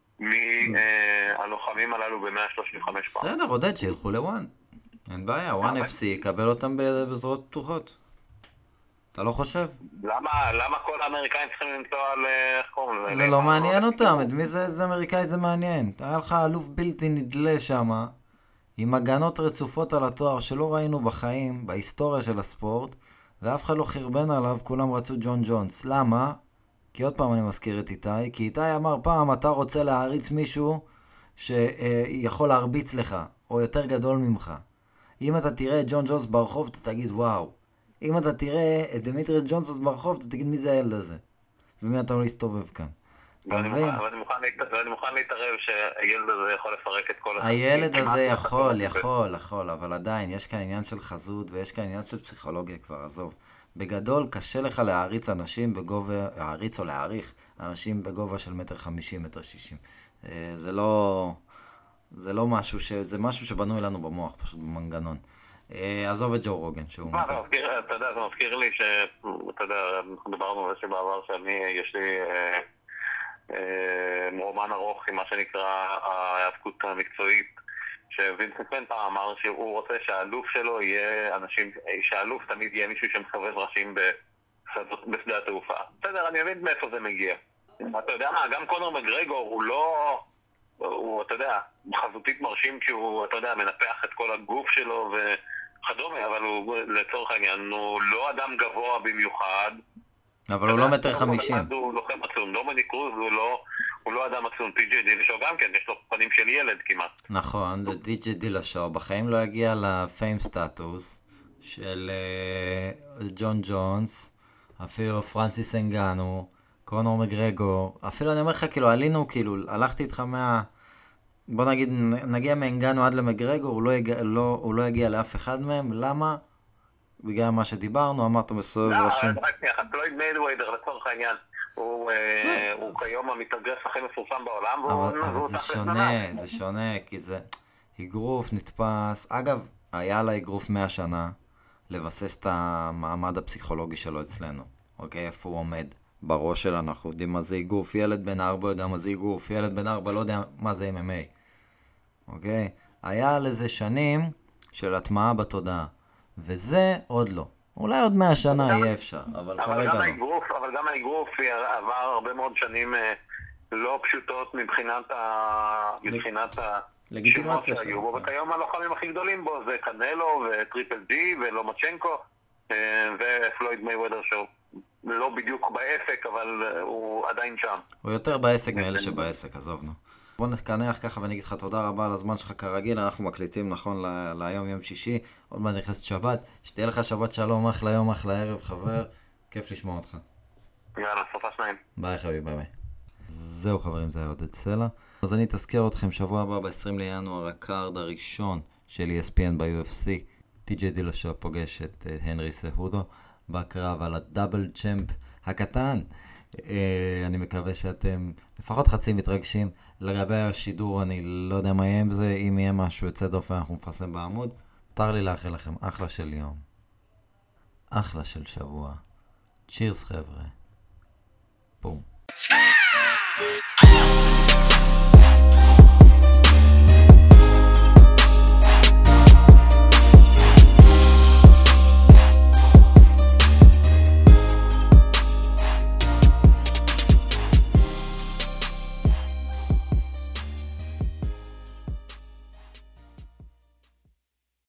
מהלוחמים הללו ב-135 פאונד. בסדר, עודד, שילכו לוואן. אין בעיה, וואן FC יקבל אותם בזרועות פתוחות. אתה לא חושב? למה כל האמריקאים צריכים למצוא על איך קוראים לזה? זה לא מעניין אותם, את מי זה אמריקאי זה מעניין. היה לך אלוף בלתי נדלה שמה, עם הגנות רצופות על התואר שלא ראינו בחיים, בהיסטוריה של הספורט, ואף אחד לא חרבן עליו, כולם רצו ג'ון ג'ונס. למה? כי עוד פעם אני מזכיר את איתי, כי איתי אמר פעם, אתה רוצה להעריץ מישהו שיכול להרביץ לך, או יותר גדול ממך. אם אתה תראה את ג'ון ג'ונס ברחוב, אתה תגיד וואו. אם אתה תראה את דמיטריוס ג'ונסון ברחוב, אתה תגיד מי זה הילד הזה. ומי אתה לא להסתובב כאן. ואני מוכן להתערב שהילד הזה יכול לפרק את כל... הילד הזה יכול, אבל עדיין יש כאן עניין של חזות, ויש כאן עניין של פסיכולוגיה כבר, עזוב. בגדול, קשה לך להעריץ אנשים בגובה, להעריץ או להעריך אנשים בגובה של 1.50 1.60. זה לא משהו זה משהו שבנוי לנו במוח, פשוט במנגנון. עזוב את ג'ו רוגן, שהוא... אתה יודע, זה מזכיר לי אתה יודע, אנחנו דיברנו על זה שבעבר יש לי רומן ארוך עם מה שנקרא ההאבקות המקצועית, שווינסנט פנטר אמר שהוא רוצה שהאלוף שלו יהיה שהאלוף תמיד יהיה מישהו שמסובב ראשים בשדה התעופה. בסדר, אני מבין מאיפה זה מגיע. אתה יודע מה, גם קונור מגרגור הוא, אתה יודע, חזותית מרשים כשהוא, אתה יודע, מנפח את כל הגוף שלו וכדומה, אבל הוא, לצורך העניין, הוא לא אדם גבוה במיוחד. אבל הוא לא 1.50 מטר. הוא לוחם עצום, דומיניק קרוז הוא לא אדם עצום. טי.ג'יי דילשו גם כן, יש לו פנים של ילד כמעט. נכון, טי.ג'יי דילשו בחיים לא הגיע לפיים סטטוס של ג'ון ג'ונס, אפילו פרנסיס אנגאנו, קונור מגרגור, אפילו אני אומר לך, כאילו, עלינו, כאילו, הלכתי איתך בוא נגיע מאנגאנו עד למגרגור, הוא לא הגיע לאף אחד מהם, למה? בגלל מה שדיברנו, אמרת מסובב ראשים. פלויד מיידוויידר, לצורך העניין, הוא כיום המתאגרף הכי מפורסם בעולם, אבל זה שונה, כי זה אגרוף נתפס, אגב, היה לה אגרוף 100 שנה, לבסס את המעמד הפסיכולוגי שלו אצלנו, אוקיי, איפה הוא עומד? בראש שלנו, אנחנו יודעים מה זה אגרוף, ילד בן 4 יודע מה זה אגרוף, ילד בן 4 לא יודע מה זה MMA, אוקיי? היה לזה שנים של הטמעה בתודעה, וזה עוד לא. אולי עוד 100 שנה יהיה אפשר, אבל כרגע לא. אבל גם האגרוף עבר הרבה מאוד שנים לא פשוטות מבחינת לגיטימציה שלו. וכיום הלוחמים הכי גדולים בו זה קנלו וטריפל ג'י ולומצ'נקו ופלויד מייוודר שהוא לא בדיוק בעסק, אבל הוא עדיין שם. הוא יותר בעסק מאלה שבעסק, עזובנו. בוא נקנח ככה ואני אגיד לך תודה רבה על הזמן שלך כרגיל, אנחנו מקליטים נכון להיום יום שישי, עוד מעט נכנסת שבת, שתהיה לך שבת שלום, אחלה יום, אחלה ערב, חבר, כיף לשמוע אותך. יאללה, סופה שניים. ביי חביב, ביי ביי. זהו חברים, זה היה עודד סלע. אז אני תזכיר אתכם שבוע הבא ב-20 לינואר, הקארד הראשון של ESPN ב-UFC, טי.ג'יי דילשו פוגש את הנרי סהודו, בקרב על הדאבל צ'מפ הקטן. אני מקווה שאתם לפחות חצי מתרגשים. לגבי השידור אני לא יודע מה יהיה עם זה, אם יהיה משהו יוצא דופן אנחנו נפרסם בעמוד. מותר לי לאחל לכם אחלה של יום, אחלה של שבוע. צ'ירס חבר'ה, בום.